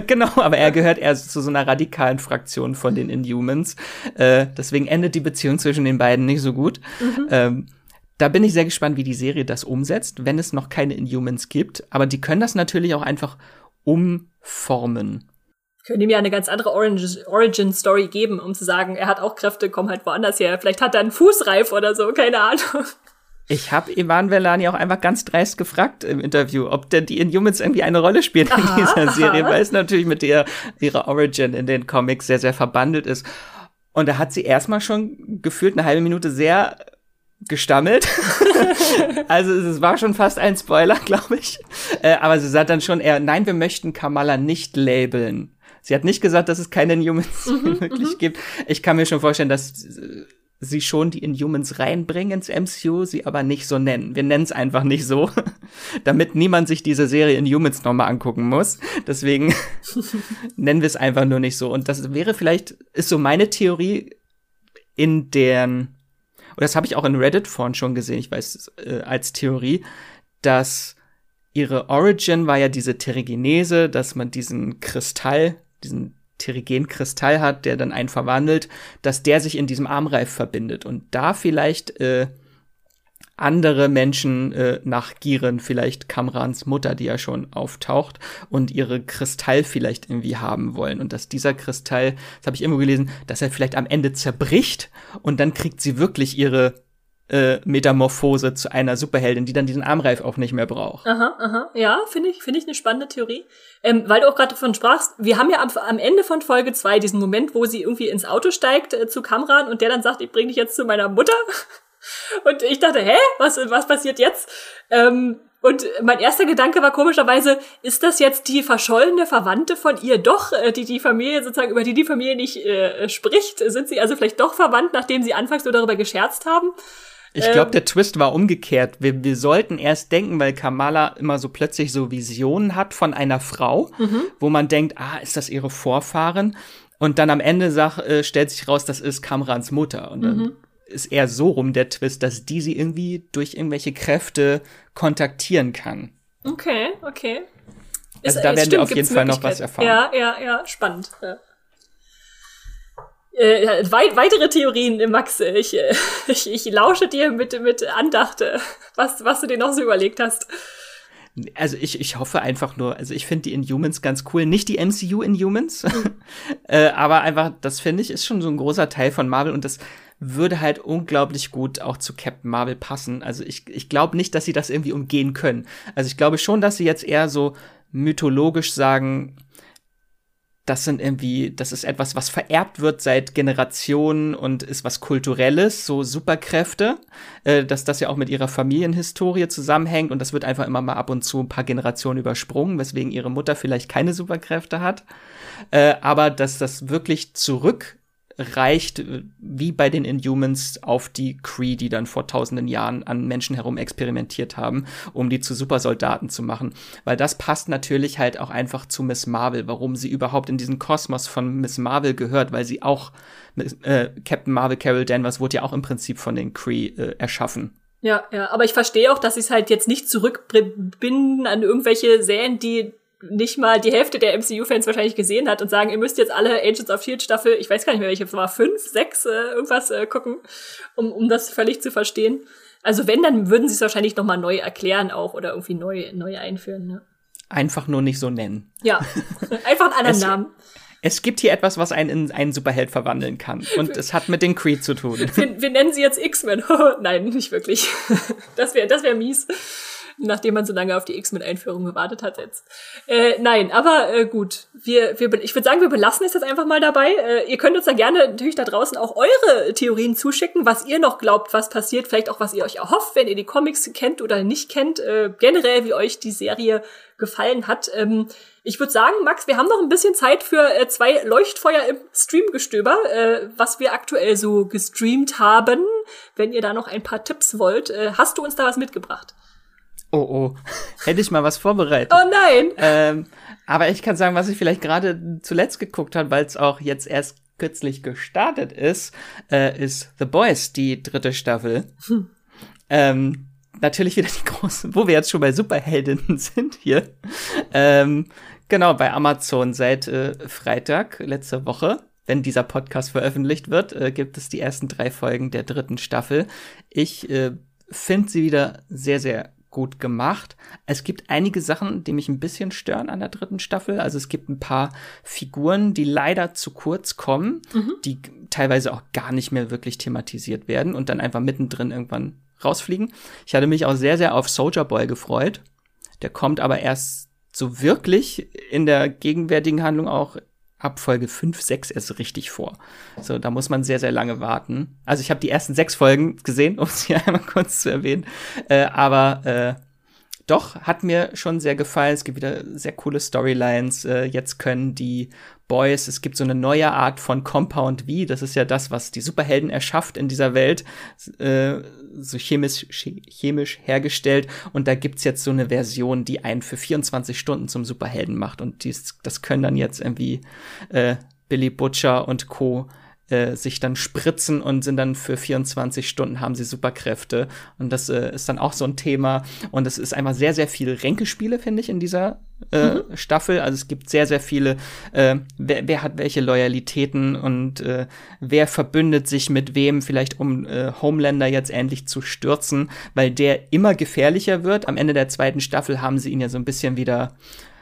er gehört eher zu so einer radikalen Fraktion von den Inhumans. Deswegen endet die Beziehung zwischen den beiden nicht so gut. Da bin ich sehr gespannt, wie die Serie das umsetzt, wenn es noch keine Inhumans gibt. Aber die können das natürlich auch einfach umformen. Können ihm ja eine ganz andere Origin-Story geben, um zu sagen, er hat auch Kräfte, komm halt woanders her. Vielleicht hat er einen Fußreif oder so, keine Ahnung. Ich habe Ivan Vellani auch einfach ganz dreist gefragt im Interview, ob denn die Inhumans irgendwie eine Rolle spielen in dieser Serie, weil es natürlich mit ihrer Origin in den Comics sehr, sehr verbandelt ist. Und da hat sie erstmal schon gefühlt eine halbe Minute sehr gestammelt. Also es war schon fast ein Spoiler, glaube ich. Aber sie sagt dann schon eher, nein, wir möchten Kamala nicht labeln. Sie hat nicht gesagt, dass es keine Inhumans wirklich gibt. Ich kann mir schon vorstellen, dass sie schon die Inhumans reinbringen ins MCU, sie aber nicht so nennen. Wir nennen es einfach nicht so, damit niemand sich diese Serie Inhumans nochmal angucken muss. Deswegen nennen wir es einfach nur nicht so. Und das wäre vielleicht, ist so meine Theorie und das habe ich auch in Reddit-Foren schon gesehen, ich weiß, als Theorie, dass ihre Origin war ja diese Terrigenese, dass man diesen Terrigen-Kristall hat, der dann einen verwandelt, dass der sich in diesem Armreif verbindet und da vielleicht andere Menschen nachgieren, vielleicht Kamrans Mutter, die ja schon auftaucht und ihre Kristall vielleicht irgendwie haben wollen und dass dieser Kristall, das habe ich irgendwo gelesen, dass er vielleicht am Ende zerbricht und dann kriegt sie wirklich ihre Metamorphose zu einer Superheldin, die dann diesen Armreif auch nicht mehr braucht. Aha. Ja, finde ich eine spannende Theorie. Weil du auch gerade davon sprachst, wir haben ja am Ende von Folge 2 diesen Moment, wo sie irgendwie ins Auto steigt zu Kamran und der dann sagt, ich bring dich jetzt zu meiner Mutter. Und ich dachte, was passiert jetzt? Und mein erster Gedanke war komischerweise, ist das jetzt die verschollene Verwandte von ihr doch, die Familie sozusagen, über die Familie nicht spricht? Sind sie also vielleicht doch verwandt, nachdem sie anfangs nur darüber gescherzt haben? Ich glaube, der Twist war umgekehrt. Wir sollten erst denken, weil Kamala immer so plötzlich so Visionen hat von einer Frau, wo man denkt, ist das ihre Vorfahren? Und dann am Ende stellt sich raus, das ist Kamrans Mutter. Und dann ist eher so rum der Twist, dass die sie irgendwie durch irgendwelche Kräfte kontaktieren kann. Okay. Also da werden wir auf jeden Fall noch was erfahren. Ja, spannend. Ja. Weitere Theorien, Max. Ich lausche dir mit Andacht, was du dir noch so überlegt hast. Also ich hoffe einfach nur, also ich finde die Inhumans ganz cool. Nicht die MCU Inhumans, aber einfach, das finde ich, ist schon so ein großer Teil von Marvel und das würde halt unglaublich gut auch zu Captain Marvel passen. Also ich glaube nicht, dass sie das irgendwie umgehen können. Also ich glaube schon, dass sie jetzt eher so mythologisch sagen, das ist etwas, was vererbt wird seit Generationen und ist was Kulturelles, so Superkräfte, dass das ja auch mit ihrer Familienhistorie zusammenhängt und das wird einfach immer mal ab und zu ein paar Generationen übersprungen, weswegen ihre Mutter vielleicht keine Superkräfte hat, aber dass das wirklich zurückreicht, wie bei den Inhumans, auf die Kree, die dann vor tausenden Jahren an Menschen herum experimentiert haben, um die zu Supersoldaten zu machen. Weil das passt natürlich halt auch einfach zu Miss Marvel, warum sie überhaupt in diesen Kosmos von Miss Marvel gehört, weil sie auch, Captain Marvel, Carol Danvers, wurde ja auch im Prinzip von den Kree erschaffen. Ja, aber ich verstehe auch, dass sie es halt jetzt nicht zurückbinden an irgendwelche Serien, die nicht mal die Hälfte der MCU-Fans wahrscheinlich gesehen hat und sagen, ihr müsst jetzt alle Agents of S.H.I.E.L.D. Staffel, ich weiß gar nicht mehr, welche es war, 5, 6, irgendwas gucken, um das völlig zu verstehen. Also wenn, dann würden sie es wahrscheinlich noch mal neu erklären auch oder irgendwie neu einführen. Ne? Einfach nur nicht so nennen. Ja, einfach einen anderen Namen. Es gibt hier etwas, was einen in einen Superheld verwandeln kann. Und es hat mit den Kree zu tun. Wir nennen sie jetzt X-Men. Nein, nicht wirklich. Das wär mies. Nachdem man so lange auf die X-Men-Einführung gewartet hat jetzt. Nein, aber gut. Ich würde sagen, wir belassen es jetzt einfach mal dabei. Ihr könnt uns dann gerne natürlich da draußen auch eure Theorien zuschicken, was ihr noch glaubt, was passiert. Vielleicht auch, was ihr euch erhofft, wenn ihr die Comics kennt oder nicht kennt. Generell, wie euch die Serie gefallen hat. Ich würde sagen, Max, wir haben noch ein bisschen Zeit für 2 Leuchtfeuer im Streamgestöber, was wir aktuell so gestreamt haben. Wenn ihr da noch ein paar Tipps wollt, hast du uns da was mitgebracht? Oh, hätte ich mal was vorbereitet. Oh nein! Aber ich kann sagen, was ich vielleicht gerade zuletzt geguckt habe, weil es auch jetzt erst kürzlich gestartet ist The Boys, die 3. Staffel. Natürlich wieder die große, wo wir jetzt schon bei Superheldinnen sind hier. Genau, bei Amazon seit Freitag, letzte Woche. Wenn dieser Podcast veröffentlicht wird, gibt es die ersten 3 Folgen der 3. Staffel. Ich finde sie wieder sehr, sehr gut gemacht. Es gibt einige Sachen, die mich ein bisschen stören an der 3. Staffel. Also es gibt ein paar Figuren, die leider zu kurz kommen, die teilweise auch gar nicht mehr wirklich thematisiert werden und dann einfach mittendrin irgendwann rausfliegen. Ich hatte mich auch sehr, sehr auf Soldier Boy gefreut. Der kommt aber erst so wirklich in der gegenwärtigen Handlung auch ab Folge 5, 6 erst richtig vor. So, da muss man sehr, sehr lange warten. Also ich habe die ersten 6 Folgen gesehen, um es hier einmal kurz zu erwähnen. Aber doch, hat mir schon sehr gefallen. Es gibt wieder sehr coole Storylines. Jetzt können die Boys, es gibt so eine neue Art von Compound V. Das ist ja das, was die Superhelden erschafft in dieser Welt. So chemisch hergestellt. Und da gibt's jetzt so eine Version, die einen für 24 Stunden zum Superhelden macht. Und das können dann jetzt irgendwie Billy Butcher und Co. sich dann spritzen und sind dann für 24 Stunden haben sie Superkräfte. Und das ist dann auch so ein Thema. Und es ist einfach sehr, sehr viel Ränkespiele, finde ich, in dieser Staffel. Also es gibt sehr, sehr viele, wer hat welche Loyalitäten und wer verbündet sich mit wem, vielleicht um Homelander jetzt endlich zu stürzen, weil der immer gefährlicher wird. Am Ende der 2. Staffel haben sie ihn ja so ein bisschen wieder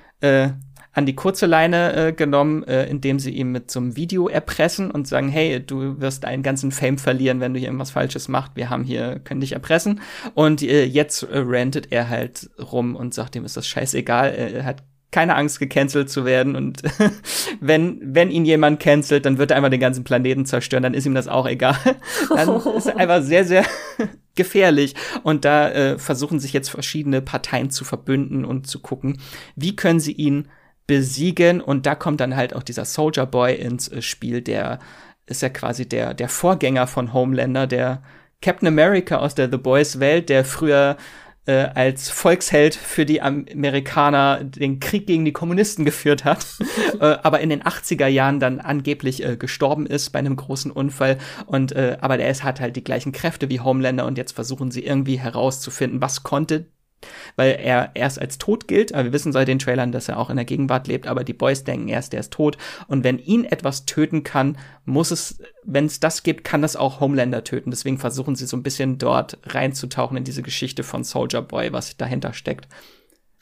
an die kurze Leine genommen, indem sie ihn mit so einem Video erpressen und sagen, hey, du wirst einen ganzen Fame verlieren, wenn du hier irgendwas Falsches machst. können dich erpressen. Und jetzt rantet er halt rum und sagt, ihm ist das scheißegal. Er hat keine Angst, gecancelt zu werden. Und wenn ihn jemand cancelt, dann wird er einfach den ganzen Planeten zerstören. Dann ist ihm das auch egal. Dann ist er einfach sehr, sehr gefährlich. Und da versuchen sich jetzt verschiedene Parteien zu verbünden und zu gucken, wie können sie ihn besiegen. Und da kommt dann halt auch dieser Soldier Boy ins Spiel, der ist ja quasi der Vorgänger von Homelander, der Captain America aus der The Boys Welt, der früher als Volksheld für die Amerikaner den Krieg gegen die Kommunisten geführt hat, aber in den 80er Jahren dann angeblich gestorben ist bei einem großen Unfall. Und aber hat halt die gleichen Kräfte wie Homelander und jetzt versuchen sie irgendwie herauszufinden, was konnte, weil er erst als tot gilt, aber wir wissen seit den Trailern, dass er auch in der Gegenwart lebt, aber die Boys denken erst, er ist tot. Und wenn ihn etwas töten kann, wenn es das gibt, kann das auch Homelander töten. Deswegen versuchen sie so ein bisschen dort reinzutauchen in diese Geschichte von Soldier Boy, was dahinter steckt.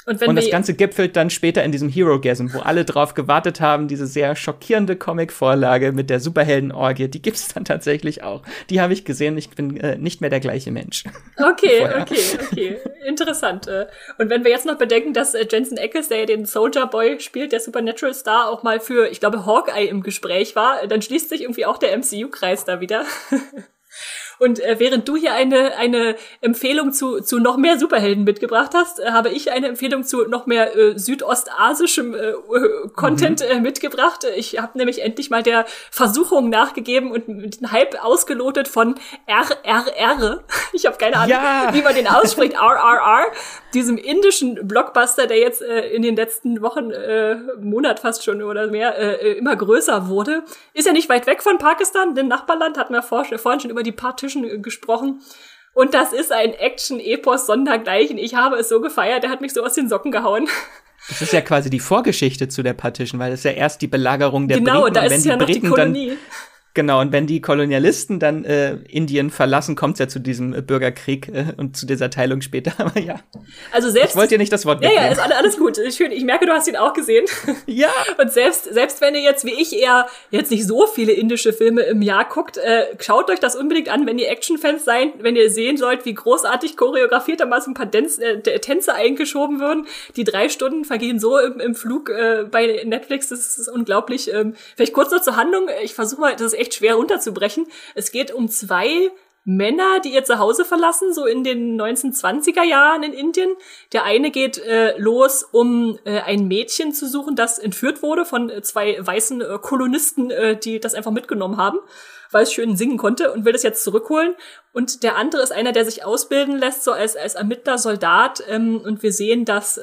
Und das Ganze gipfelt dann später in diesem Herogasm, wo alle drauf gewartet haben, diese sehr schockierende Comic-Vorlage mit der Superheldenorgie, die gibt's dann tatsächlich auch. Die habe ich gesehen, ich bin nicht mehr der gleiche Mensch. Okay. Interessant. Und wenn wir jetzt noch bedenken, dass Jensen Ackles, der ja den Soldier Boy spielt, der Supernatural-Star, auch mal für, ich glaube, Hawkeye im Gespräch war, dann schließt sich irgendwie auch der MCU-Kreis da wieder. Und während du hier eine Empfehlung zu noch mehr Superhelden mitgebracht hast, habe ich eine Empfehlung zu noch mehr südostasischem Content mitgebracht. Ich habe nämlich endlich mal der Versuchung nachgegeben und den Hype ausgelotet von RRR. Ich habe keine Ahnung, wie man den ausspricht. RRR. Diesem indischen Blockbuster, der jetzt in den letzten Wochen, Monat fast schon oder mehr, immer größer wurde. Ist ja nicht weit weg von Pakistan, dem Nachbarland, hatten wir vorhin schon über die Partition gesprochen. Und das ist ein Action-Epos sondergleichen. Ich habe es so gefeiert, der hat mich so aus den Socken gehauen. Das ist ja quasi die Vorgeschichte zu der Partition, weil das ist ja erst die Belagerung der Briten. Genau, da ist ja noch die Kolonie. Genau, und wenn die Kolonialisten dann Indien verlassen, kommt es ja zu diesem Bürgerkrieg und zu dieser Teilung später. Aber ja, also selbst, ich wollte dir nicht das Wort wegnehmen. Ja, ist alles gut. Schön. Ich merke, du hast ihn auch gesehen. Ja. Und selbst wenn ihr jetzt, wie ich, eher jetzt nicht so viele indische Filme im Jahr guckt, schaut euch das unbedingt an, wenn ihr Actionfans seid, wenn ihr sehen sollt, wie großartig choreografiertermaßen ein paar Tänze eingeschoben würden. Die 3 Stunden vergehen so im Flug bei Netflix, das ist unglaublich. Vielleicht kurz noch zur Handlung. Ich versuche mal, das ist echt schwer runterzubrechen. Es geht um 2 Männer, die ihr Zuhause verlassen, so in den 1920er Jahren in Indien. Der eine geht los, um ein Mädchen zu suchen, das entführt wurde von 2 weißen Kolonisten, die das einfach mitgenommen haben, weil es schön singen konnte, und will das jetzt zurückholen. Und der andere ist einer, der sich ausbilden lässt, so als Ermittler, Soldat. Und wir sehen, dass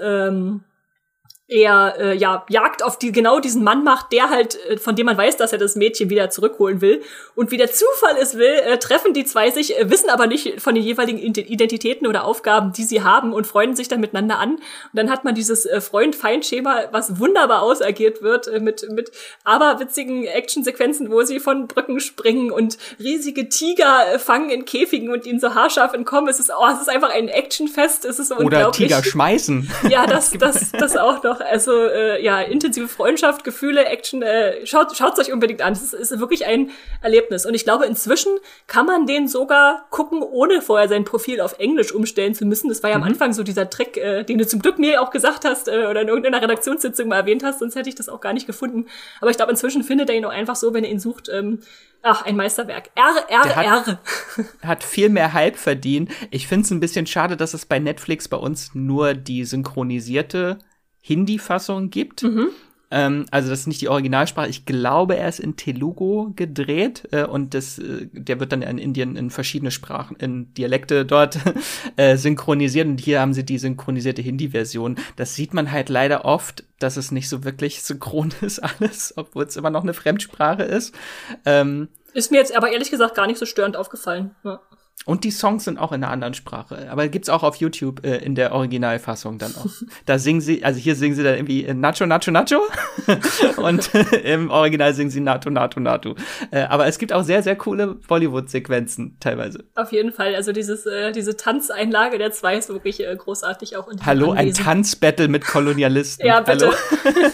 er Jagd auf genau diesen Mann macht, der halt, von dem man weiß, dass er das Mädchen wieder zurückholen will. Und wie der Zufall es will, treffen die 2 sich, wissen aber nicht von den jeweiligen Identitäten oder Aufgaben, die sie haben, und freunden sich dann miteinander an. Und dann hat man dieses Freund-Feind-Schema, was wunderbar ausagiert wird, mit aberwitzigen Actionsequenzen, wo sie von Brücken springen und riesige Tiger fangen in Käfigen und ihnen so haarscharf entkommen. Es ist einfach ein Actionfest. Es ist so unglaublich. Oder Tiger schmeißen. Ja, das auch noch. Also, intensive Freundschaft, Gefühle, Action, schaut's euch unbedingt an. Es ist wirklich ein Erlebnis. Und ich glaube, inzwischen kann man den sogar gucken, ohne vorher sein Profil auf Englisch umstellen zu müssen. Das war ja am Anfang so dieser Trick, den du zum Glück mir auch gesagt hast, oder in irgendeiner Redaktionssitzung mal erwähnt hast, sonst hätte ich das auch gar nicht gefunden. Aber ich glaube, inzwischen findet er ihn auch einfach so, wenn ihr ihn sucht. Ein Meisterwerk. RRR. Hat viel mehr Hype verdient. Ich finde es ein bisschen schade, dass es bei Netflix bei uns nur die synchronisierte Hindi-Fassung gibt. Also das ist nicht die Originalsprache. Ich glaube, er ist in Telugu gedreht und der wird dann in Indien in verschiedene Sprachen, in Dialekte dort synchronisiert. Und hier haben sie die synchronisierte Hindi-Version. Das sieht man halt leider oft, dass es nicht so wirklich synchron ist alles, obwohl es immer noch eine Fremdsprache ist. Ist mir jetzt aber ehrlich gesagt gar nicht so störend aufgefallen. Ja. Und die Songs sind auch in einer anderen Sprache. Aber gibt's auch auf YouTube in der Originalfassung dann auch. Da singen sie, also hier singen sie dann irgendwie Nacho, Nacho, Nacho. Und im Original singen sie Nato, Nato, Nato. Aber es gibt auch sehr, sehr coole Bollywood-Sequenzen teilweise. Auf jeden Fall. Also diese Tanzeinlage der 2 ist wirklich großartig auch. Hallo, ein Tanzbattle mit Kolonialisten. Ja, bitte. Hallo.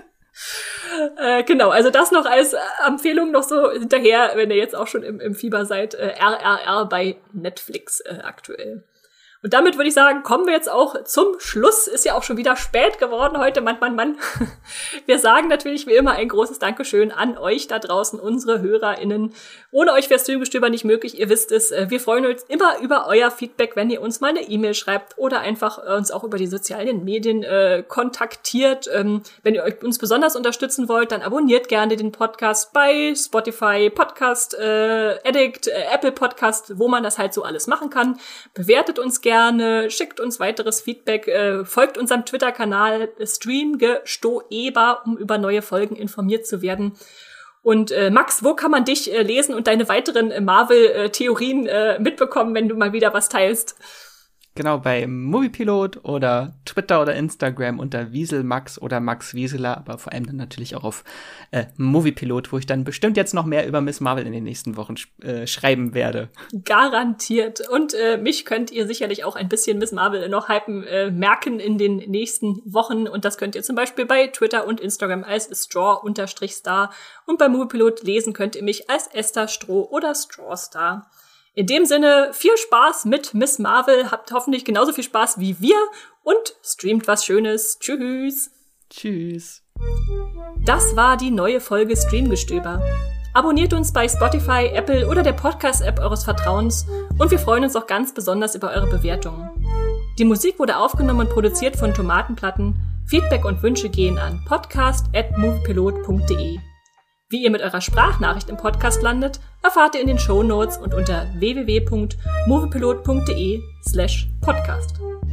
Genau, also das noch als Empfehlung noch so hinterher, wenn ihr jetzt auch schon im Fieber seid, RRR bei Netflix aktuell. Und damit würde ich sagen, kommen wir jetzt auch zum Schluss. Ist ja auch schon wieder spät geworden heute, Mann. Wir sagen natürlich wie immer ein großes Dankeschön an euch da draußen, unsere HörerInnen. Ohne euch wäre Streamgestöber nicht möglich, ihr wisst es. Wir freuen uns immer über euer Feedback, wenn ihr uns mal eine E-Mail schreibt oder einfach uns auch über die sozialen Medien kontaktiert. Wenn ihr uns besonders unterstützen wollt, dann abonniert gerne den Podcast bei Spotify, Podcast Addict, Apple Podcast, wo man das halt so alles machen kann. Bewertet uns gerne, schickt uns weiteres Feedback, folgt unserem Twitter-Kanal Streamgestoeber, um über neue Folgen informiert zu werden. Und Max, wo kann man dich lesen und deine weiteren Marvel-Theorien mitbekommen, wenn du mal wieder was teilst? Genau, bei Moviepilot oder Twitter oder Instagram unter Wieselmax oder Max Wieseler, aber vor allem dann natürlich auch auf Moviepilot, wo ich dann bestimmt jetzt noch mehr über Miss Marvel in den nächsten Wochen schreiben werde. Garantiert. Und mich könnt ihr sicherlich auch ein bisschen Miss Marvel noch hypen merken in den nächsten Wochen. Und das könnt ihr zum Beispiel bei Twitter und Instagram als Straw_Star und bei Moviepilot lesen könnt ihr mich als Esther Stroh oder Strawstar. In dem Sinne, viel Spaß mit Miss Marvel, habt hoffentlich genauso viel Spaß wie wir und streamt was Schönes. Tschüss. Tschüss. Das war die neue Folge Streamgestöber. Abonniert uns bei Spotify, Apple oder der Podcast-App eures Vertrauens und wir freuen uns auch ganz besonders über eure Bewertungen. Die Musik wurde aufgenommen und produziert von Tomatenplatten. Feedback und Wünsche gehen an podcast@moviepilot.de. Wie ihr mit eurer Sprachnachricht im Podcast landet, erfahrt ihr in den Shownotes und unter www.moviepilot.de/podcast.